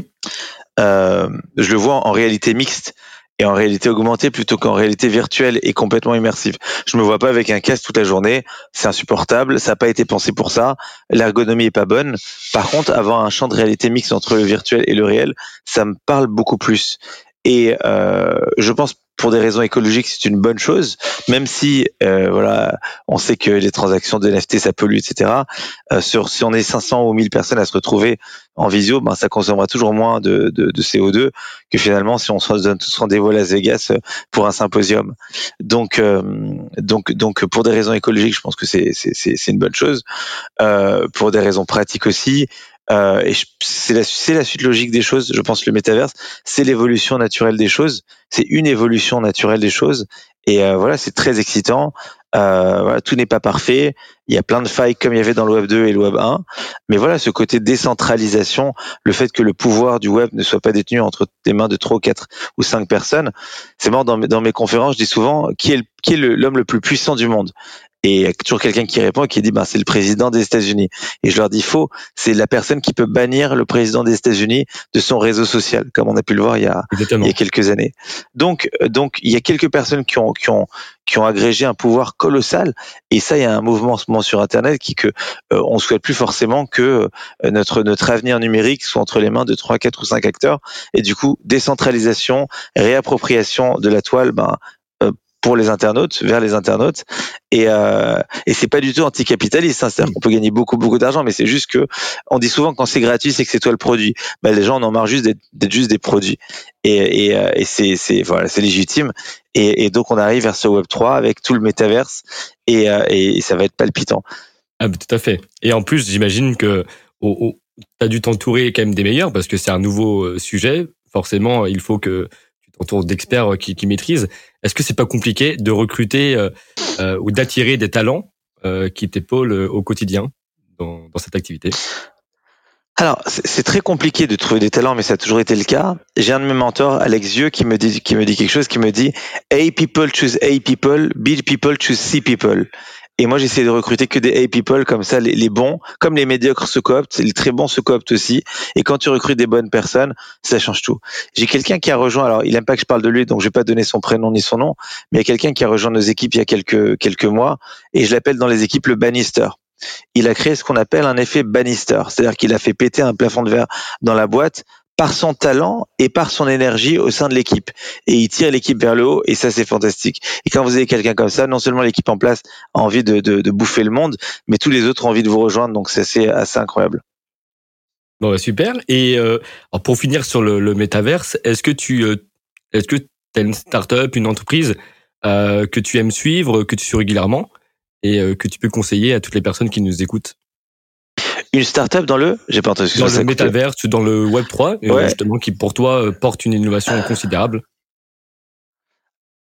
Euh, je le vois en réalité mixte et en réalité augmentée plutôt qu'en réalité virtuelle et complètement immersive. Je me vois pas avec un casque toute la journée, c'est insupportable, ça n'a pas été pensé pour ça, l'ergonomie est pas bonne. Par contre, avoir un champ de réalité mixte entre le virtuel et le réel, ça me parle beaucoup plus. Et euh, je pense pour des raisons écologiques, c'est une bonne chose, même si euh, voilà, on sait que les transactions de N F T ça pollue, et cetera. Euh, sur, si on est cinq cents ou mille personnes à se retrouver en visio, ben ça consommera toujours moins de, de, de C O deux que finalement si on se donne tous rendez-vous à Las Vegas pour un symposium. Donc euh, donc donc pour des raisons écologiques, je pense que c'est c'est c'est une bonne chose. Euh, pour des raisons pratiques aussi. Euh, et c'est la, c'est la suite logique des choses. Je pense que le métaverse, c'est l'évolution naturelle des choses. C'est une évolution naturelle des choses. Et euh, voilà, c'est très excitant. Euh, voilà, tout n'est pas parfait. Il y a plein de failles comme il y avait dans le web deux et le web un. Mais voilà, ce côté décentralisation, le fait que le pouvoir du web ne soit pas détenu entre les mains de trois, quatre ou cinq personnes. C'est marrant, dans mes, dans mes conférences, je dis souvent, qui est, le, qui est le, l'homme le plus puissant du monde? Et il y a toujours quelqu'un qui répond et qui dit ben, c'est le président des États-Unis. Et je leur dis faux, c'est la personne qui peut bannir le président des États-Unis de son réseau social, comme on a pu le voir il y a, il y a quelques années. Donc, donc il y a quelques personnes qui ont, qui ont, qui ont agrégé un pouvoir colossal. Et ça, il y a un mouvement en ce moment sur Internet qui que euh, on souhaite plus forcément que euh, notre notre avenir numérique soit entre les mains de trois, quatre ou cinq acteurs. Et du coup, décentralisation, réappropriation de la toile, ben euh, pour les internautes, vers les internautes, et, euh, et c'est pas du tout anticapitaliste, hein. C'est-à-dire qu'on peut gagner beaucoup beaucoup d'argent, mais c'est juste que on dit souvent que quand c'est gratuit, c'est que c'est toi le produit. Ben, les gens en ont marre juste d'être, d'être juste des produits, et, et, et c'est, c'est voilà, c'est légitime. Et, et donc on arrive vers ce web trois avec tout le métaverse, et, et ça va être palpitant. Ah, tout à fait. Et en plus, j'imagine que oh, oh, tu as dû t'entourer quand même des meilleurs, parce que c'est un nouveau sujet. Forcément, il faut que tu t'entoures d'experts qui, qui maîtrisent. Est-ce que c'est pas compliqué de recruter euh, euh, ou d'attirer des talents euh, qui t'épaulent au quotidien dans, dans cette activité? Alors, c'est très compliqué de trouver des talents, mais ça a toujours été le cas. J'ai un de mes mentors, Alex Vieux, qui me dit, qui me dit quelque chose, qui me dit A people choose A people, B people choose C people. Et moi, j'essaie de recruter que des A people, comme ça, les, les bons, comme les médiocres se cooptent, les très bons se cooptent aussi. Et quand tu recrutes des bonnes personnes, ça change tout. J'ai quelqu'un qui a rejoint, alors il aime pas que je parle de lui, donc je vais pas donner son prénom ni son nom, mais il y a quelqu'un qui a rejoint nos équipes il y a quelques, quelques mois, et je l'appelle dans les équipes le Bannister. Il a créé ce qu'on appelle un effet Bannister, c'est-à-dire qu'il a fait péter un plafond de verre dans la boîte par son talent et par son énergie au sein de l'équipe. Et il tire l'équipe vers le haut, et ça, c'est fantastique. Et quand vous avez quelqu'un comme ça, non seulement l'équipe en place a envie de, de, de bouffer le monde, mais tous les autres ont envie de vous rejoindre, donc c'est assez, assez incroyable. Bon, bah, super. Et euh, alors pour finir sur le, le métaverse, est-ce que tu euh, est-ce que tu as une start-up, une entreprise euh, que tu aimes suivre, que tu suis régulièrement et euh, que tu peux conseiller à toutes les personnes qui nous écoutent? Une start-up dans le, j'ai pas entendu. Dans le métaverse, dans le web trois, ouais. Justement, qui pour toi porte une innovation considérable.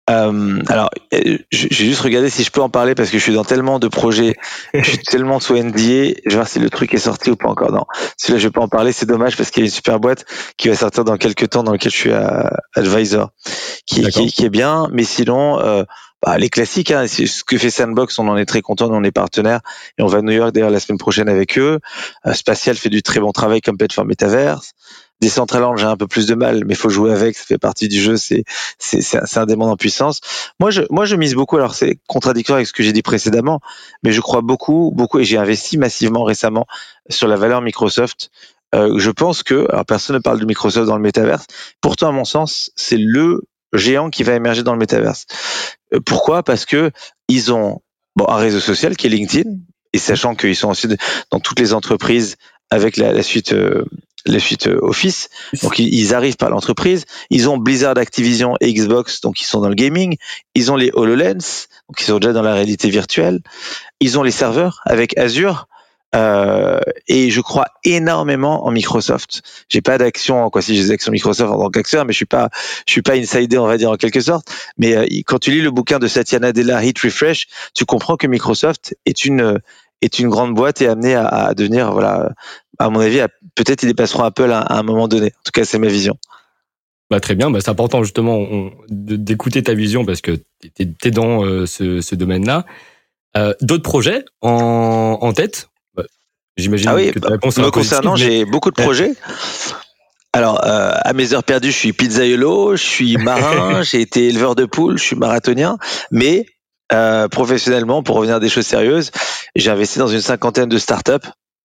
Euh, alors, euh, je je vais juste regarder si je peux en parler parce que je suis dans tellement de projets, je suis tellement sous N D A. Je vais voir si le truc est sorti ou pas encore. Non, celui-là je vais pas en parler, c'est dommage parce qu'il y a une super boîte qui va sortir dans quelques temps dans lequel je suis euh, advisor, qui, qui, D'accord. qui est bien. Mais sinon, euh, bah, les classiques, hein, c'est ce que fait Sandbox, on en est très content, on est partenaire et on va à New York d'ailleurs la semaine prochaine avec eux. Euh, Spatial fait du très bon travail comme plateforme métaverse. Decentraland, j'ai un peu plus de mal, mais faut jouer avec, ça fait partie du jeu, c'est c'est c'est un c'est un démon en puissance. Moi je moi je mise beaucoup, alors c'est contradictoire avec ce que j'ai dit précédemment, mais je crois beaucoup beaucoup et j'ai investi massivement récemment sur la valeur Microsoft. Euh, je pense que, alors personne ne parle de Microsoft dans le métaverse, pourtant à mon sens c'est le géant qui va émerger dans le métaverse. Euh, Pourquoi? Parce que ils ont bon un réseau social qui est LinkedIn et sachant qu'ils sont aussi dans toutes les entreprises avec la, la suite euh, la suite euh, Office. Donc ils, ils arrivent par l'entreprise. Ils ont Blizzard, Activision et Xbox, donc ils sont dans le gaming. Ils ont les HoloLens, donc ils sont déjà dans la réalité virtuelle. Ils ont les serveurs avec Azure. Euh, et je crois énormément en Microsoft. J'ai pas d'action, quoi, si j'ai des actions Microsoft en tant qu'acteur, mais je suis pas, je suis pas insider, on va dire en quelque sorte. Mais euh, quand tu lis le bouquin de Satya Nadella, Hit Refresh, tu comprends que Microsoft est une est une grande boîte et amenée à, à devenir, voilà, à mon avis, à, peut-être ils dépasseront Apple à, à un moment donné. En tout cas, c'est ma vision. Bah, très bien, bah, c'est important justement on- de- d'écouter ta vision parce que t'es es dans euh, ce, ce domaine-là. Euh, D'autres projets en, en tête? Bah, Ah j'imagine oui, que bah, ta réponse me sera positive, concernant, mais j'ai beaucoup de projets. Alors, euh, à mes heures perdues, je suis pizzaïolo, je suis marin, j'ai été éleveur de poules, je suis marathonien, mais euh, professionnellement, pour revenir à des choses sérieuses, j'ai investi dans une cinquantaine de startups,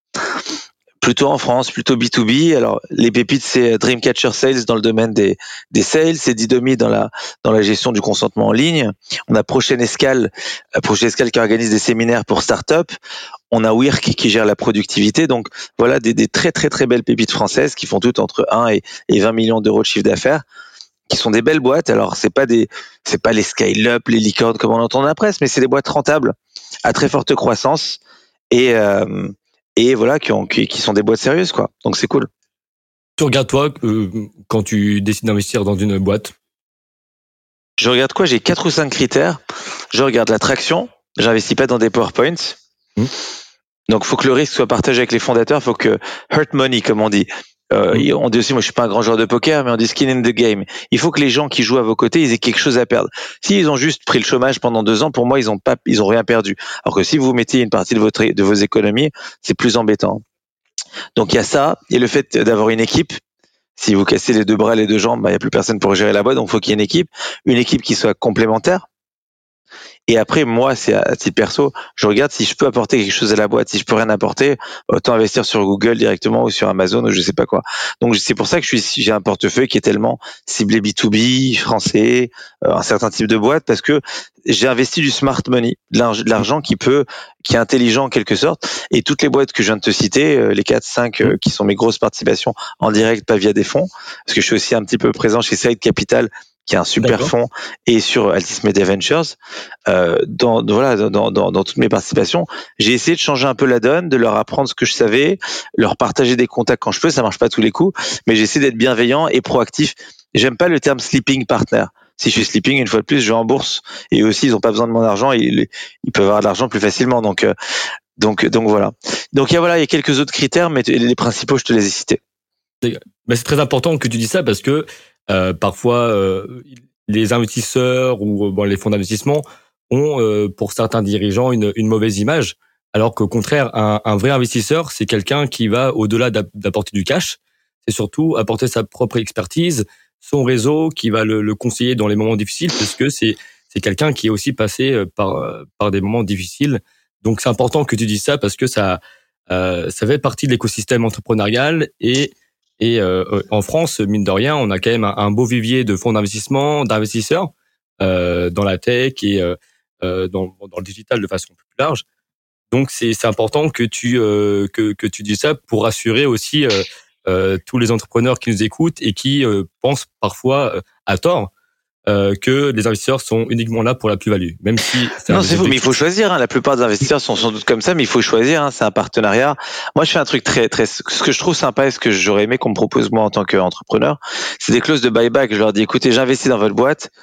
plutôt en France, plutôt B deux B. Alors, les pépites, c'est Dreamcatcher Sales dans le domaine des, des sales, c'est Didomi dans la, dans la gestion du consentement en ligne. On a Prochaine Escale, euh, Prochaine Escale qui organise des séminaires pour startups. On a Wirk qui gère la productivité. Donc, voilà des, des très, très, très belles pépites françaises qui font toutes entre un et, et vingt millions d'euros de chiffre d'affaires, qui sont des belles boîtes. Alors, c'est pas des, c'est pas les scale-up, les licornes comme on entend dans la presse, mais c'est des boîtes rentables à très forte croissance et, euh, et voilà, qui, ont, qui, qui sont des boîtes sérieuses, quoi. Donc, c'est cool. tu regardes toi euh, quand tu décides d'investir dans une boîte? Je regarde quoi? J'ai quatre ou cinq critères. Je regarde la traction. J'investis pas dans des PowerPoints. Hmm. Donc, faut que le risque soit partagé avec les fondateurs. Faut que hurt money, comme on dit. Euh, Hmm. on dit aussi, moi, je suis pas un grand joueur de poker, mais on dit skin in the game. Il faut que les gens qui jouent à vos côtés, ils aient quelque chose à perdre. S'ils ont juste pris le chômage pendant deux ans, pour moi, ils ont pas, ils ont rien perdu. Alors que si vous mettez une partie de votre, de vos économies, c'est plus embêtant. Donc, il y a ça. Et le fait d'avoir une équipe. Si vous cassez les deux bras, les deux jambes, bah, il n'y a plus personne pour gérer la boîte. Donc, il faut qu'il y ait une équipe. Une équipe qui soit complémentaire. Et après, moi, c'est à titre perso, je regarde si je peux apporter quelque chose à la boîte. Si je peux rien apporter, autant investir sur Google directement ou sur Amazon ou je sais pas quoi. Donc, c'est pour ça que je suis, j'ai un portefeuille qui est tellement ciblé B deux B, français, euh, un certain type de boîte, parce que j'ai investi du smart money, de l'argent qui peut, qui est intelligent en quelque sorte. Et toutes les boîtes que je viens de te citer, euh, les quatre, cinq, euh, qui sont mes grosses participations en direct, pas via des fonds, parce que je suis aussi un petit peu présent chez Side Capital, qui est un super D'accord. fonds, et sur Altis Media Ventures. Euh, dans, voilà, dans, dans, dans toutes mes participations, j'ai essayé de changer un peu la donne, de leur apprendre ce que je savais, leur partager des contacts quand je peux. Ça marche pas tous les coups, mais j'essaie d'être bienveillant et proactif. J'aime pas le terme sleeping partner. Si je suis sleeping, une fois de plus, je vais en bourse et aussi ils ont pas besoin de mon argent, ils, ils peuvent avoir de l'argent plus facilement. Donc, euh, donc, donc voilà. Donc il y a voilà, il y a quelques autres critères, mais les principaux, je te les ai cités. Ben, c'est très important que tu dis ça parce que euh, parfois euh, les investisseurs ou bon, les fonds d'investissement ont euh, pour certains dirigeants une, une mauvaise image, alors qu'au contraire, un, un vrai investisseur, c'est quelqu'un qui va au-delà d'apporter du cash, c'est surtout apporter sa propre expertise, son réseau, qui va le, le conseiller dans les moments difficiles, parce que c'est c'est quelqu'un qui est aussi passé par par des moments difficiles. Donc c'est important que tu dises ça parce que ça euh, ça fait partie de l'écosystème entrepreneurial et et euh, en France, mine de rien, on a quand même un, un beau vivier de fonds d'investissement, d'investisseurs euh, dans la tech et euh, euh, dans, dans le digital de façon plus large. Donc c'est c'est important que tu euh, que que tu dis ça pour rassurer aussi euh, euh, tous les entrepreneurs qui nous écoutent et qui euh, pensent parfois euh, à tort euh, que les investisseurs sont uniquement là pour la plus-value, même si c'est un Non, des c'est faux, mais il faut objectifs. choisir. Hein. La plupart des investisseurs sont sans doute comme ça, mais il faut choisir. Hein. C'est un partenariat. Moi, je fais un truc très, très. Ce que je trouve sympa et ce que j'aurais aimé qu'on me propose moi en tant qu'entrepreneur, c'est des clauses de buyback. Je leur dis, écoutez, j'investis dans votre boîte.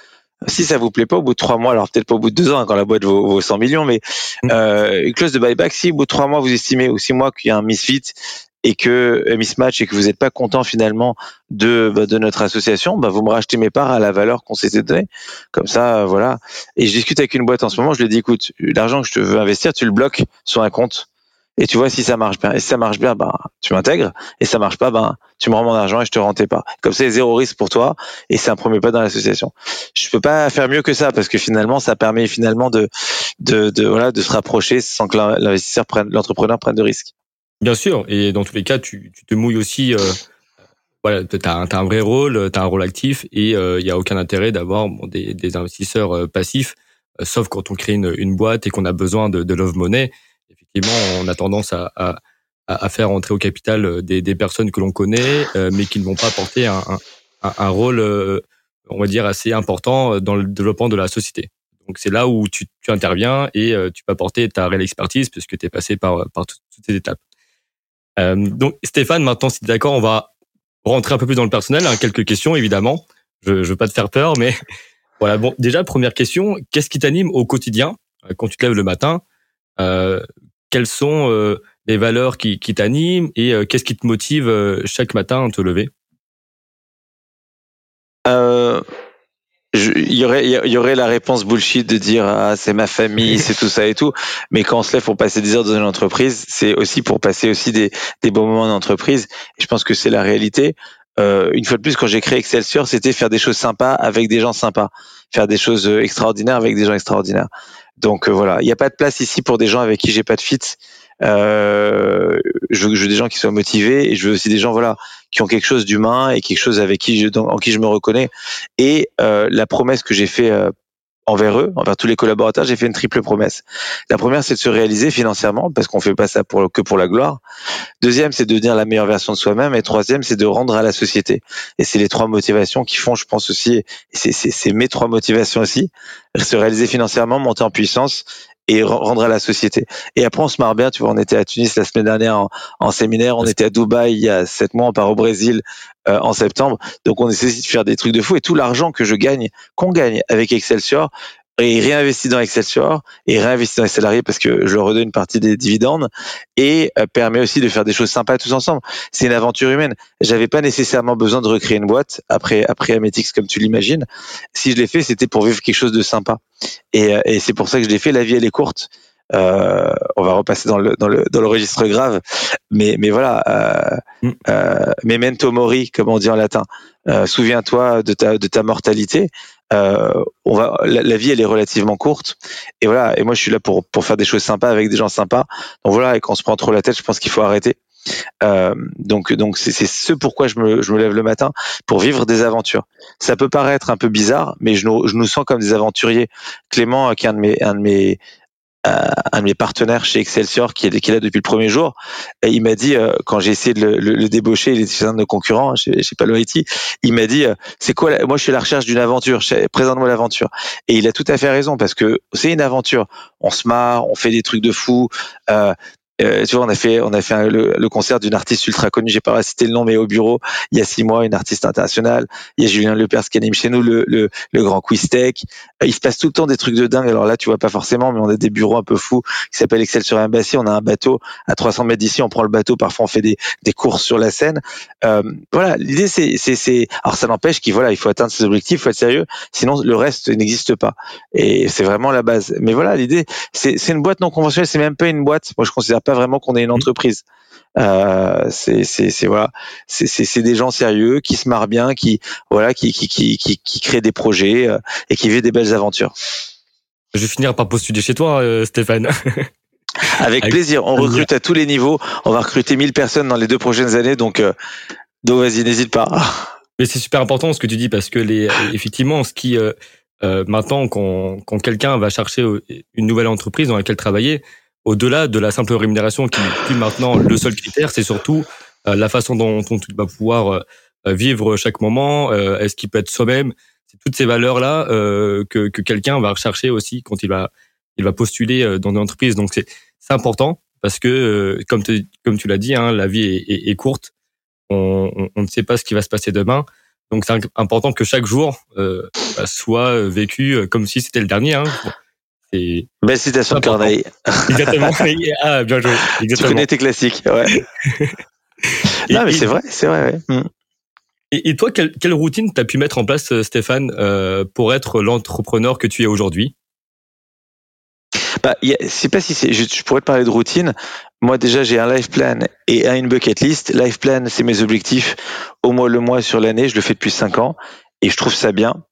si ça vous plaît pas, au bout de trois mois, alors peut-être pas au bout de deux ans, hein, quand la boîte vaut, vaut cent millions, mais euh, une clause de buyback, si au bout de trois mois, vous estimez, ou six mois qu'il y a un misfit et que un mismatch et que vous n'êtes pas content finalement de bah, de notre association, bah vous me rachetez mes parts à la valeur qu'on s'était donné. Comme ça, euh, voilà. Et je discute avec une boîte en ce moment, je lui dis écoute, l'argent que je te veux investir, tu le bloques sur un compte et tu vois si ça marche bien. Et si ça marche bien, bah tu m'intègres. Et si ça marche pas, bah tu me rends mon argent et je te rends tes parts. Comme ça, il y a zéro risque pour toi et c'est un premier pas dans l'association. Je peux pas faire mieux que ça parce que finalement, ça permet finalement de de, de voilà de se rapprocher sans que l'investisseur prenne, l'entrepreneur prenne de risques. Bien sûr, et dans tous les cas, tu, tu te mouilles aussi. Euh, voilà, t'as un, t'as un vrai rôle, t'as un rôle actif, et il euh, y a aucun intérêt d'avoir bon, des, des investisseurs euh, passifs, euh, sauf quand on crée une, une boîte et qu'on a besoin de, de love money. Effectivement, on a tendance à, à, à faire entrer au capital des, des personnes que l'on connaît, euh, mais qui ne vont pas apporter un, un, un rôle, euh, on va dire, assez important dans le développement de la société. Donc c'est là où tu, tu interviens et euh, tu peux apporter ta réelle expertise puisque tu es passé par, par toutes ces étapes. Euh, donc Stéphane, maintenant si tu es d'accord, on va rentrer un peu plus dans le personnel. Hein, quelques questions évidemment. Je ne veux pas te faire peur, mais voilà. Bon, déjà première question, qu'est-ce qui t'anime au quotidien quand tu te lèves le matin? euh, Quelles sont euh, les valeurs qui, qui t'animent et euh, qu'est-ce qui te motive euh, chaque matin à te lever? Euh, il y aurait, il y aurait la réponse bullshit de dire ah c'est ma famille, c'est tout ça et tout. Mais quand on se lève pour passer des heures dans une entreprise, c'est aussi pour passer aussi des, des bons moments d'entreprise. Et je pense que c'est la réalité. Euh, une fois de plus, quand j'ai créé Excelsior, c'était faire des choses sympas avec des gens sympas, faire des choses extraordinaires avec des gens extraordinaires. Donc euh, voilà, il n'y a pas de place ici pour des gens avec qui j'ai pas de fit. Euh, je, veux, je veux des gens qui soient motivés et je veux aussi des gens voilà qui ont quelque chose d'humain et quelque chose avec qui je, en qui je me reconnais. Et euh, la promesse que j'ai fait euh, envers eux, envers tous les collaborateurs, j'ai fait une triple promesse. La première, c'est de se réaliser financièrement, parce qu'on fait pas ça pour, que pour la gloire. Deuxième, c'est de devenir la meilleure version de soi-même. Et troisième, c'est de rendre à la société. Et c'est les trois motivations qui font, je pense aussi, et c'est, c'est, c'est mes trois motivations aussi, se réaliser financièrement, monter en puissance et rendre à la société. Et après, on se marre bien, tu vois, on était à Tunis la semaine dernière en, en séminaire, on était à Dubaï il y a sept mois, on part au Brésil euh, en septembre. Donc, on essaie de faire des trucs de fou et tout l'argent que je gagne, qu'on gagne avec Excelsior, et réinvesti dans Excelsior et réinvesti dans les salariés parce que je leur redonne une partie des dividendes et euh, permet aussi de faire des choses sympas tous ensemble. C'est une aventure humaine. J'avais pas nécessairement besoin de recréer une boîte après après Ametix comme tu l'imagines. Si je l'ai fait, c'était pour vivre quelque chose de sympa. Et, et c'est pour ça que je l'ai fait. La vie elle est courte. Euh, on va repasser dans le dans le dans le registre grave, mais mais voilà, euh, mm. euh, memento mori comme on dit en latin. Euh, souviens-toi de ta de ta mortalité. Euh, on va, la, la vie elle est relativement courte et voilà. Et moi je suis là pour pour faire des choses sympas avec des gens sympas. Donc voilà, et quand on se prend trop la tête, je pense qu'il faut arrêter. Euh, donc donc c'est c'est ce pourquoi je me je me lève le matin pour vivre des aventures. Ça peut paraître un peu bizarre, mais je nous je nous sens comme des aventuriers. Clément, qui est un de mes un de mes un de mes partenaires chez Excelsior qui est, qui est là depuis le premier jour, et il m'a dit euh, quand j'ai essayé de le, le, le débaucher, il était chez un de nos concurrents, chez, chez Palo Alto, il m'a dit euh, c'est quoi la, moi je suis à la recherche d'une aventure, présente-moi l'aventure. Et il a tout à fait raison parce que c'est une aventure, on se marre, on fait des trucs de fou. Euh, Euh, tu vois, on a fait, on a fait un, le, le concert d'une artiste ultra connue, j'ai pas cité le nom, mais au bureau, il y a six mois, une artiste internationale. Il y a Julien Lepers qui anime chez nous le, le, le grand quiz tech. Euh, il se passe tout le temps des trucs de dingue. Alors là, tu vois pas forcément, mais on a des bureaux un peu fous qui s'appellent Excelsior Embassy. On a un bateau à trois cents mètres d'ici, on prend le bateau, parfois on fait des, des courses sur la Seine. Euh, voilà, l'idée c'est, c'est, c'est, alors ça n'empêche qu'il voilà, il faut atteindre ses objectifs, il faut être sérieux, sinon le reste n'existe pas. Et c'est vraiment la base. Mais voilà, l'idée, c'est, c'est une boîte non conventionnelle, c'est même pas une boîte. Moi, je considère pas vraiment qu'on est une entreprise. Euh, c'est, c'est, c'est voilà, c'est, c'est, c'est des gens sérieux qui se marrent bien, qui voilà, qui, qui, qui, qui, qui créent des projets euh, et qui vivent des belles aventures. Je vais finir par postuler chez toi, euh, Stéphane. Avec plaisir. On recrute à tous les niveaux. On va recruter mille personnes dans les deux prochaines années, donc euh, donc vas-y, n'hésite pas. Mais c'est super important ce que tu dis parce que les effectivement, ce qui euh, euh, maintenant quand quand quelqu'un va chercher une nouvelle entreprise dans laquelle travailler, au-delà de la simple rémunération qui est plus maintenant le seul critère, c'est surtout euh, la façon dont, dont tu vas pouvoir euh, vivre chaque moment. Euh, est-ce qu'il peut être soi-même? C'est toutes ces valeurs-là euh, que, que quelqu'un va rechercher aussi quand il va il va postuler dans une entreprise. Donc c'est c'est important parce que euh, comme te, comme tu l'as dit, hein, la vie est, est, est courte. On, on, on ne sait pas ce qui va se passer demain. Donc c'est important que chaque jour, euh, bah, soit vécu comme si c'était le dernier. Hein. Et belle citation de Corneille. Exactement. Ah, bien joué. Exactement. Tu connais tes classiques, ouais. et, non, mais et, c'est vrai, c'est vrai. Ouais. Mm. Et, et toi, quelle, quelle routine t'as pu mettre en place, Stéphane, euh, pour être l'entrepreneur que tu es aujourd'hui? Bah, y a, c'est pas si c'est, je, je pourrais te parler de routine. Moi, déjà, j'ai un life plan et une bucket list. Life plan, c'est mes objectifs au mois le mois sur l'année. Je le fais depuis cinq ans et je trouve ça bien.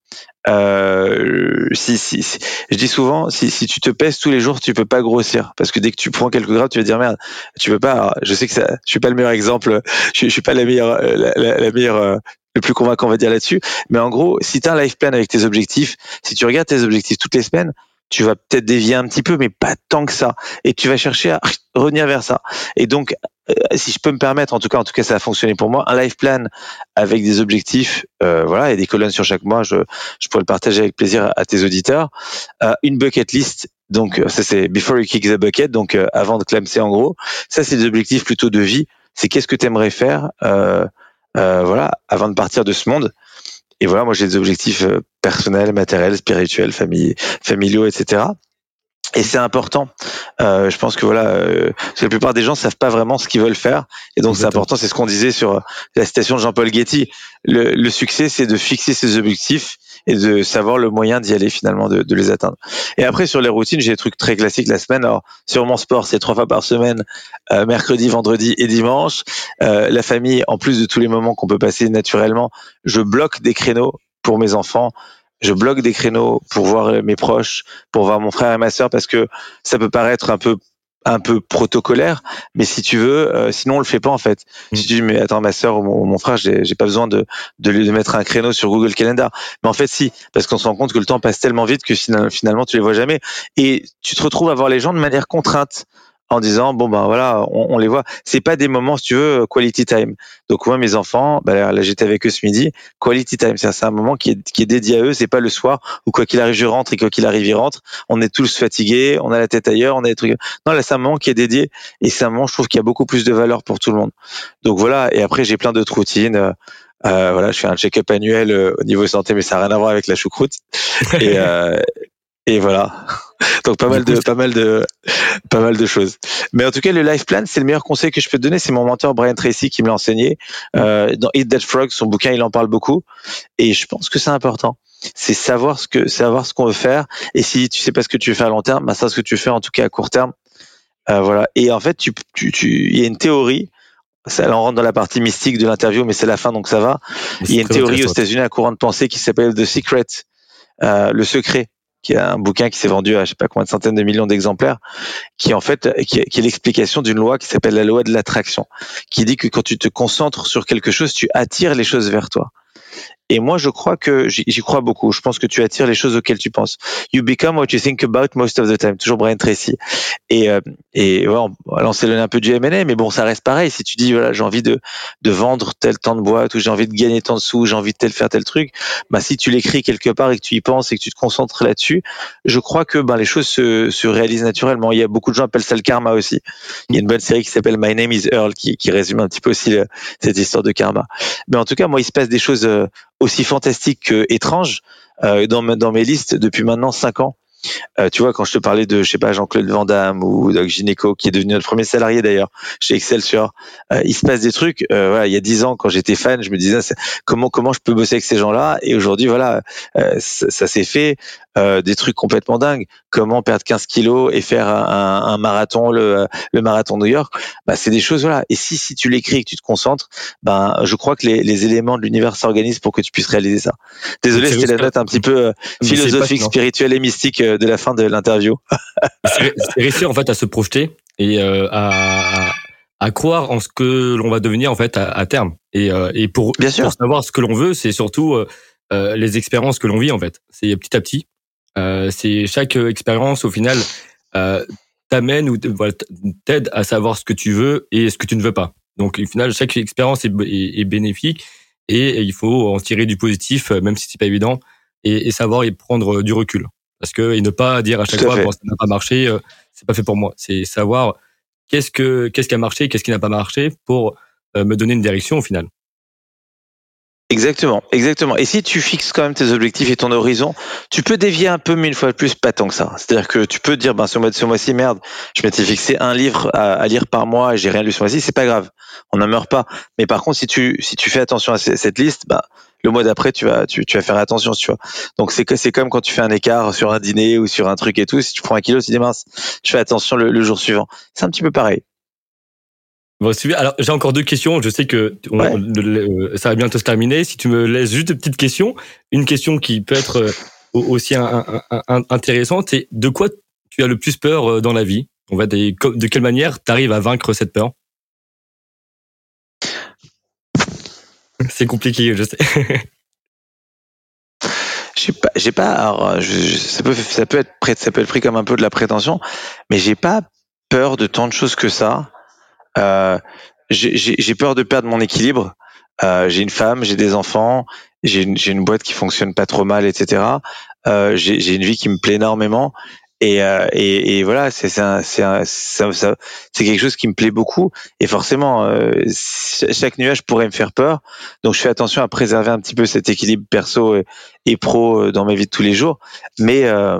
Euh, si, si, si, je dis souvent, si, si tu te pèses tous les jours, tu peux pas grossir, parce que dès que tu prends quelques grammes, tu vas dire merde, tu peux pas. Alors, je sais que ça, je suis pas le meilleur exemple, je, je suis pas la meilleure, la, la, la meilleure, euh, le plus convaincant, on va dire là-dessus. Mais en gros, si tu as un life plan avec tes objectifs, si tu regardes tes objectifs toutes les semaines, tu vas peut-être dévier un petit peu, mais pas tant que ça, et tu vas chercher à revenir vers ça. Et donc, si je peux me permettre, en tout cas, en tout cas, ça a fonctionné pour moi, un life plan avec des objectifs, euh, voilà, et des colonnes sur chaque mois. Je, je pourrais le partager avec plaisir à, à tes auditeurs. Euh, une bucket list, donc ça c'est before you kick the bucket, donc euh, avant de clamser en gros. Ça c'est des objectifs plutôt de vie. C'est qu'est-ce que tu aimerais faire, euh, euh, voilà, avant de partir de ce monde. Et voilà, moi j'ai des objectifs personnels, matériels, spirituels, famille, familiaux, et cetera. Et c'est important. Euh, je pense que voilà, euh, parce que la plupart des gens savent pas vraiment ce qu'ils veulent faire, et donc Exactement. C'est important. C'est ce qu'on disait sur la citation de Jean-Paul Getty. Le, le succès, c'est de fixer ses objectifs et de savoir le moyen d'y aller finalement, de, de les atteindre. Et après sur les routines, j'ai des trucs très classiques la semaine. Alors sur mon sport, c'est trois fois par semaine, euh, mercredi, vendredi et dimanche. Euh, la famille, en plus de tous les moments qu'on peut passer naturellement, je bloque des créneaux pour mes enfants. Je bloque des créneaux pour voir mes proches, pour voir mon frère et ma sœur, parce que ça peut paraître un peu un peu protocolaire, mais si tu veux, euh, sinon on le fait pas en fait. Mmh. Si tu dis mais attends, ma sœur ou mon, mon frère, j'ai, j'ai pas besoin de, de de mettre un créneau sur Google Calendar, mais en fait si, parce qu'on se rend compte que le temps passe tellement vite que finalement tu les vois jamais, et tu te retrouves à voir les gens de manière contrainte, en disant bon ben voilà, on, on les voit. C'est pas des moments, si tu veux, quality time. Donc moi mes enfants, ben là j'étais avec eux ce midi, quality time, c'est, c'est un moment qui est qui est dédié à eux. C'est pas le soir où quoi qu'il arrive je rentre et quoi qu'il arrive ils rentrent. On est tous fatigués, on a la tête ailleurs, on a des trucs. Non là c'est un moment qui est dédié, et c'est un moment je trouve qu'il y a beaucoup plus de valeur pour tout le monde. Donc voilà. Et après j'ai plein d'autres routines. Euh, voilà, je fais un check-up annuel euh, au niveau santé, mais ça n'a rien à voir avec la choucroute. Et euh, et voilà. Donc pas mal de pas mal de pas mal de choses. Mais en tout cas, le life plan, c'est le meilleur conseil que je peux te donner. C'est mon mentor Brian Tracy qui me l'a enseigné. Euh, dans Eat That Frog, son bouquin, il en parle beaucoup. Et je pense que c'est important. C'est savoir ce que savoir ce qu'on veut faire. Et si tu sais pas ce que tu veux faire à long terme, bah ça, ce que tu fais en tout cas à court terme. Euh, voilà. Et en fait, tu tu tu il y a une théorie. Ça, elle en rentre dans la partie mystique de l'interview, mais c'est la fin, donc ça va. Il y a une théorie aux États-Unis, un courant de pensée qui s'appelle The Secret, euh, le secret, qui est un bouquin qui s'est vendu à je sais pas combien de centaines de millions d'exemplaires, qui en fait qui est, qui est l'explication d'une loi qui s'appelle la loi de l'attraction, qui dit que quand tu te concentres sur quelque chose, tu attires les choses vers toi. Et moi, je crois que j'y, j'y crois beaucoup. Je pense que tu attires les choses auxquelles tu penses. You become what you think about most of the time. Toujours Brian Tracy. Et euh, et ouais, on, on s'est donné un peu du M and A, mais bon, ça reste pareil. Si tu dis voilà, j'ai envie de de vendre tel temps de boîte, ou j'ai envie de gagner tant de sous, j'ai envie de tel faire tel truc, bah si tu l'écris quelque part et que tu y penses et que tu te concentres là-dessus, je crois que ben les choses se se réalisent naturellement. Il y a beaucoup de gens appellent ça le karma aussi. Il y a une bonne série qui s'appelle My Name Is Earl qui qui résume un petit peu aussi le, cette histoire de karma. Mais en tout cas, moi, il se passe des choses euh, aussi fantastique qu'étrange euh, dans, dans mes listes depuis maintenant cinq ans. Euh, tu vois, quand je te parlais de, je sais pas, Jean-Claude Van Damme ou Doc Gynéco, qui est devenu notre premier salarié d'ailleurs chez Excelsior, euh, il se passe des trucs. Euh, voilà, il y a dix ans, quand j'étais fan, je me disais comment comment je peux bosser avec ces gens-là. Et aujourd'hui, voilà, euh, ça, ça s'est fait. Euh, des trucs complètement dingues. Comment perdre quinze kilos et faire un, un marathon, le, le marathon de New York. Bah, c'est des choses, voilà. Et si si tu l'écris et que tu te concentres, ben, je crois que les, les éléments de l'univers s'organisent pour que tu puisses réaliser ça. Désolé, c'était la note un petit peu euh, philosophique, spirituelle et mystique de la fin de l'interview. c'est, c'est réussir en fait à se projeter et euh, à, à, à croire en ce que l'on va devenir en fait à, à terme. Et, euh, et pour, pour savoir ce que l'on veut, c'est surtout euh, les expériences que l'on vit en fait. C'est petit à petit. Euh, c'est chaque expérience au final euh, t'amène ou voilà, t'aide à savoir ce que tu veux et ce que tu ne veux pas. Donc au final, chaque expérience est, est, est bénéfique et, et il faut en tirer du positif, même si c'est pas évident, et, et savoir y prendre du recul. Parce que et ne pas dire à chaque fois bon, ça n'a pas marché, euh, c'est pas fait pour moi. C'est savoir qu'est-ce que qu'est-ce qui a marché, qu'est-ce qui n'a pas marché pour euh, me donner une direction au final. Exactement, exactement. Et si tu fixes quand même tes objectifs et ton horizon, tu peux dévier un peu, mais une fois de plus, pas tant que ça. C'est-à-dire que tu peux dire, ben, ce mois, ce mois-ci, merde, je m'étais fixé un livre à, à lire par mois et j'ai rien lu ce mois-ci, c'est pas grave. On n'en meurt pas. Mais par contre, si tu, si tu fais attention à c- cette liste, bah, le mois d'après, tu vas, tu, tu vas faire attention, tu vois. Donc, c'est que, c'est comme quand tu fais un écart sur un dîner ou sur un truc et tout. Si tu prends un kilo, tu dis, mince, je fais attention le, le jour suivant. C'est un petit peu pareil. Bon, super. Alors, j'ai encore deux questions. Je sais que on- Ouais. le- ça va bientôt se terminer. Si tu me laisses juste de petites questions, une question qui peut être euh, au- aussi un- un- un- un- intéressante, c'est de quoi tu as le plus peur euh, dans la vie? On va des, co- de quelle manière tu arrives à vaincre cette peur? C'est compliqué, je sais. J'ai pas, j'ai pas, alors, je- je- ça peut, ça peut être prêt, ça peut être pris comme un peu de la prétention, mais j'ai pas peur de tant de choses que ça. Euh, j'ai j'ai- j'ai peur de perdre mon équilibre. Euh, j'ai une femme, j'ai des enfants, j'ai une, j'ai une boîte qui fonctionne pas trop mal, et cetera. Euh, j'ai j'ai une vie qui me plaît énormément. Et, euh, et, et voilà, c'est c'est un- c'est un- ça- ça- c'est quelque chose qui me plaît beaucoup. Et forcément, euh, ch- chaque nuage pourrait me faire peur. Donc, je fais attention à préserver un petit peu cet équilibre perso et, et pro euh, dans ma vie de tous les jours. Mais euh,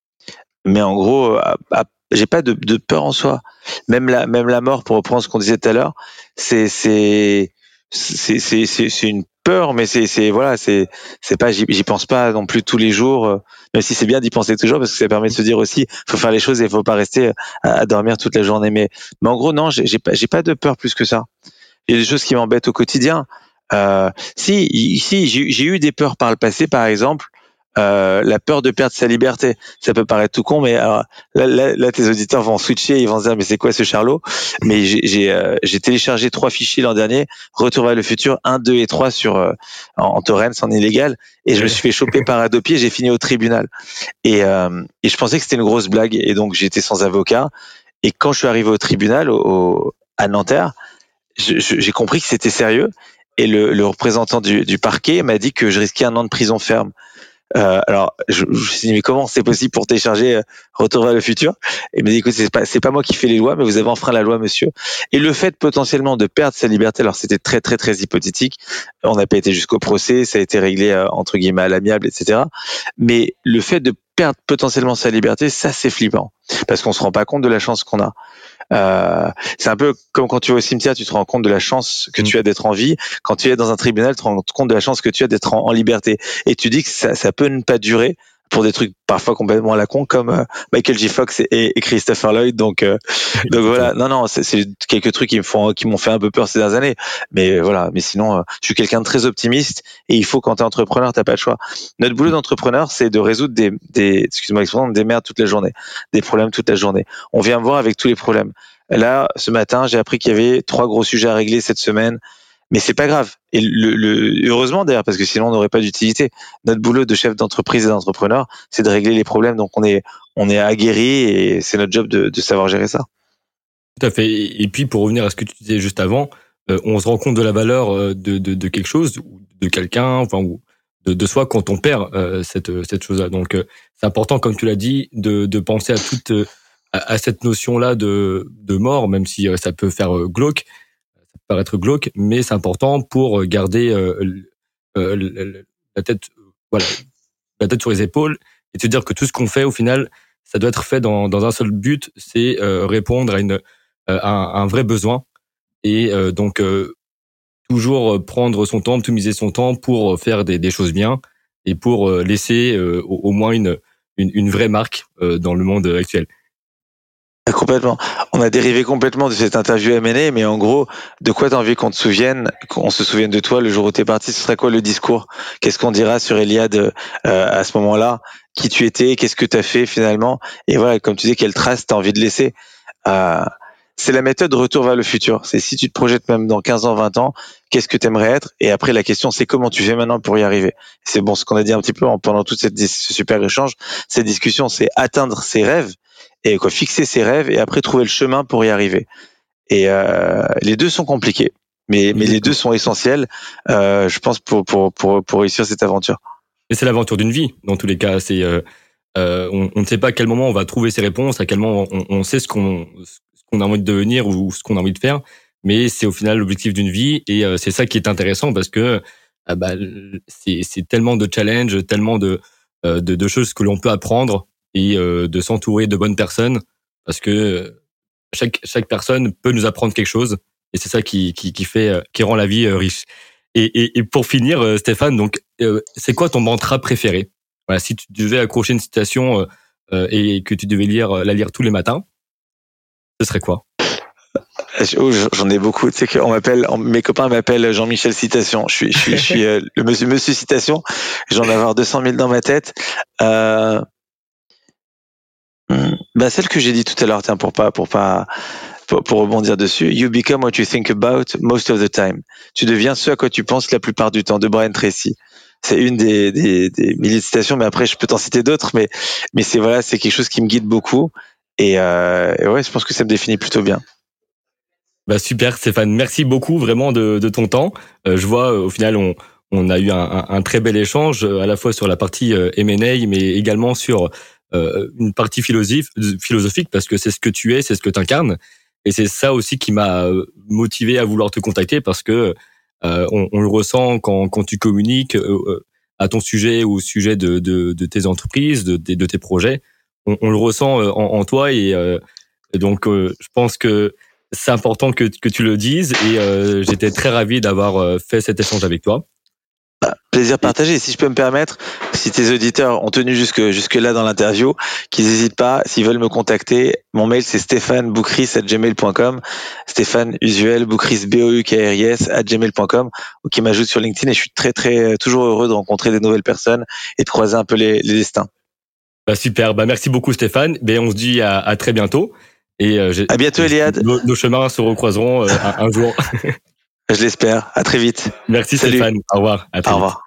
mais en gros, à- à- j'ai pas de, de peur en soi. Même la, même la mort, pour reprendre ce qu'on disait tout à l'heure, c'est, c'est, c'est, c'est, c'est, c'est une peur, mais c'est, c'est, voilà, c'est, c'est pas, j'y, j'y pense pas non plus tous les jours, euh, même si c'est bien d'y penser toujours parce que ça permet de se dire aussi, faut faire les choses et faut pas rester à, à dormir toute la journée. Mais, mais en gros, non, j'ai, j'ai pas, j'ai pas de peur plus que ça. Il y a des choses qui m'embêtent au quotidien. Euh, si, si, j'ai, j'ai eu des peurs par le passé, par exemple, euh, la peur de perdre sa liberté. Ça peut paraître tout con, mais alors, là, là, là, tes auditeurs vont switcher, ils vont se dire mais c'est quoi ce Charlot? Mais j'ai, j'ai, euh, j'ai téléchargé trois fichiers l'an dernier, Retour vers le futur, un, deux et trois sur euh, en, en torrents, en illégal, et je me suis fait choper par Adopi, j'ai fini au tribunal. Et, euh, et je pensais que c'était une grosse blague, et donc j'étais sans avocat. Et quand je suis arrivé au tribunal, au, au- à Nanterre, je- je- j'ai compris que c'était sérieux. Et le, le représentant du, du parquet m'a dit que je risquais un an de prison ferme. Euh, alors, je, je me suis dit, mais comment c'est possible pour télécharger euh, Retour vers le futur? Et il m'a dit, écoute, c'est pas, c'est pas moi qui fais les lois, mais vous avez enfreint la loi, monsieur. Et le fait potentiellement de perdre sa liberté, alors c'était très, très, très hypothétique. On n'a pas été jusqu'au procès, ça a été réglé, euh, entre guillemets, à l'amiable, et cetera. Mais le fait de perdre potentiellement sa liberté, ça, c'est flippant. Parce qu'on se rend pas compte de la chance qu'on a. Euh, c'est un peu comme quand tu vas au cimetière, tu te rends compte de la chance que Mm. tu as d'être en vie. Quand tu es dans un tribunal, tu te rends compte de la chance que tu as d'être en, en liberté. Et tu dis que ça, ça peut ne pas durer pour des trucs parfois complètement à la con, comme euh, Michael J. Fox et, et Christopher Lloyd. Donc, euh, donc Exactement. voilà. Non, non, c'est, c'est quelques trucs qui me font, qui m'ont fait un peu peur ces dernières années. Mais voilà. Mais sinon, euh, je suis quelqu'un de très optimiste. Et il faut, quand t'es entrepreneur, t'as pas le choix. Notre boulot d'entrepreneur, c'est de résoudre des, des, excuse-moi l'expression, des merdes toute la journée, des problèmes toute la journée. On vient me voir avec tous les problèmes. Là, ce matin, j'ai appris qu'il y avait trois gros sujets à régler cette semaine, mais c'est pas grave. Et le, le, heureusement d'ailleurs, parce que sinon on n'aurait pas d'utilité. Notre boulot de chef d'entreprise et d'entrepreneur, c'est de régler les problèmes. Donc on est, on est aguerri et c'est notre job de, de savoir gérer ça. Tout à fait. Et puis, pour revenir à ce que tu disais juste avant, euh, on se rend compte de la valeur euh, de, de, de quelque chose, ou de quelqu'un, enfin, ou de, de soi quand on perd euh, cette, cette chose-là. Donc, euh, c'est important, comme tu l'as dit, de, de penser à toute, euh, à, à cette notion-là de, de mort, même si euh, ça peut faire euh, glauque, ça peut paraître glauque, mais c'est important pour garder euh, euh, le- la tête, euh, voilà, la tête sur les épaules et te dire que tout ce qu'on fait, au final, ça doit être fait dans, dans un seul but, c'est euh, répondre à une euh, un, un vrai besoin et euh, donc euh, toujours prendre son temps, optimiser son temps pour faire des, des choses bien et pour euh, laisser euh, au, au moins une, une une vraie marque euh, dans le monde actuel. Complètement. On a dérivé complètement de cette interview M and A, mais en gros, de quoi t'as envie qu'on te souvienne, qu'on se souvienne de toi le jour où t'es parti? Ce serait quoi le discours? Qu'est-ce qu'on dira sur Eliade euh, à ce moment-là? Qui tu étais? Qu'est-ce que t'as fait finalement? Et voilà, comme tu dis, quelle trace t'as envie de laisser? Euh, c'est la méthode retour vers le futur. C'est si tu te projettes même dans quinze ans, vingt ans, qu'est-ce que tu aimerais être? Et après, la question, c'est comment tu fais maintenant pour y arriver? C'est bon, ce qu'on a dit un petit peu pendant tout cette, ce super échange, cette discussion, c'est atteindre ses rêves et quoi, fixer ses rêves et après trouver le chemin pour y arriver. Et euh, les deux sont compliqués, mais, mais les deux Exactement. sont essentiels, euh, je pense, pour, pour, pour, pour réussir cette aventure. Et c'est l'aventure d'une vie dans tous les cas. C'est euh, euh, on, on ne sait pas à quel moment on va trouver ses réponses, à quel moment on, on sait ce qu'on ce qu'on a envie de devenir ou ce qu'on a envie de faire, mais c'est au final l'objectif d'une vie et euh, c'est ça qui est intéressant parce que ah bah, c'est, c'est tellement de challenges, tellement de, euh, de, de choses que l'on peut apprendre et euh, de s'entourer de bonnes personnes parce que chaque, chaque personne peut nous apprendre quelque chose et c'est ça qui, qui, qui fait, euh, qui rend la vie euh, riche. Et, et, et pour finir, euh, Stéphane, donc, euh, c'est quoi ton mantra préféré? Voilà, si tu devais accrocher une citation euh, euh, et que tu devais lire, la lire tous les matins, ce serait quoi? Oh, j'en ai beaucoup. Tu sais qu'on m'appelle, mes copains m'appellent Jean-Michel Citation. Je suis, je suis, je suis euh, le monsieur, monsieur Citation. J'en ai avoir deux cent mille dans ma tête. Euh, bah celle que j'ai dit tout à l'heure, tiens, pour pas, pour pas, pour, pour rebondir dessus. You become what you think about most of the time. Tu deviens ce à quoi tu penses la plupart du temps. De Brian Tracy. C'est une des, des, des milliers de citations, mais après je peux t'en citer d'autres. Mais, mais c'est voilà, c'est quelque chose qui me guide beaucoup. Et, euh, et ouais, je pense que ça me définit plutôt bien. Bah super Stéphane, merci beaucoup vraiment de, de ton temps. Euh, je vois au final on, on a eu un, un, un très bel échange à la fois sur la partie euh, M and A mais également sur euh, une partie philosophique, philosophique parce que c'est ce que tu es, c'est ce que tu incarnes et c'est ça aussi qui m'a motivé à vouloir te contacter parce que euh, on, on le ressent quand, quand tu communiques euh, à ton sujet ou au sujet de, de, de tes entreprises, de, de, de tes projets. On, on le ressent en, en toi et, euh, et donc euh, je pense que c'est important que, que tu le dises et euh, j'étais très ravi d'avoir euh, fait cet échange avec toi. Bah, plaisir partagé. Et si je peux me permettre, si tes auditeurs ont tenu jusque, jusque là dans l'interview, qu'ils n'hésitent pas, s'ils veulent me contacter, mon mail c'est stéphane boukris arobase gmail point com, Stéphane usuel, Boukris B O U K R I S arobase gmail point com, ou qui m'ajoutent sur LinkedIn et je suis très très toujours heureux de rencontrer des nouvelles personnes et de croiser un peu les, les destins. Bah super, bah merci beaucoup Stéphane. Ben on se dit à, à très bientôt et euh, à bientôt Eliade. Nos, nos chemins se recroiseront euh, un, un jour. Je l'espère. À très vite. Merci Salut. Stéphane. Au revoir. À très Au vite. revoir.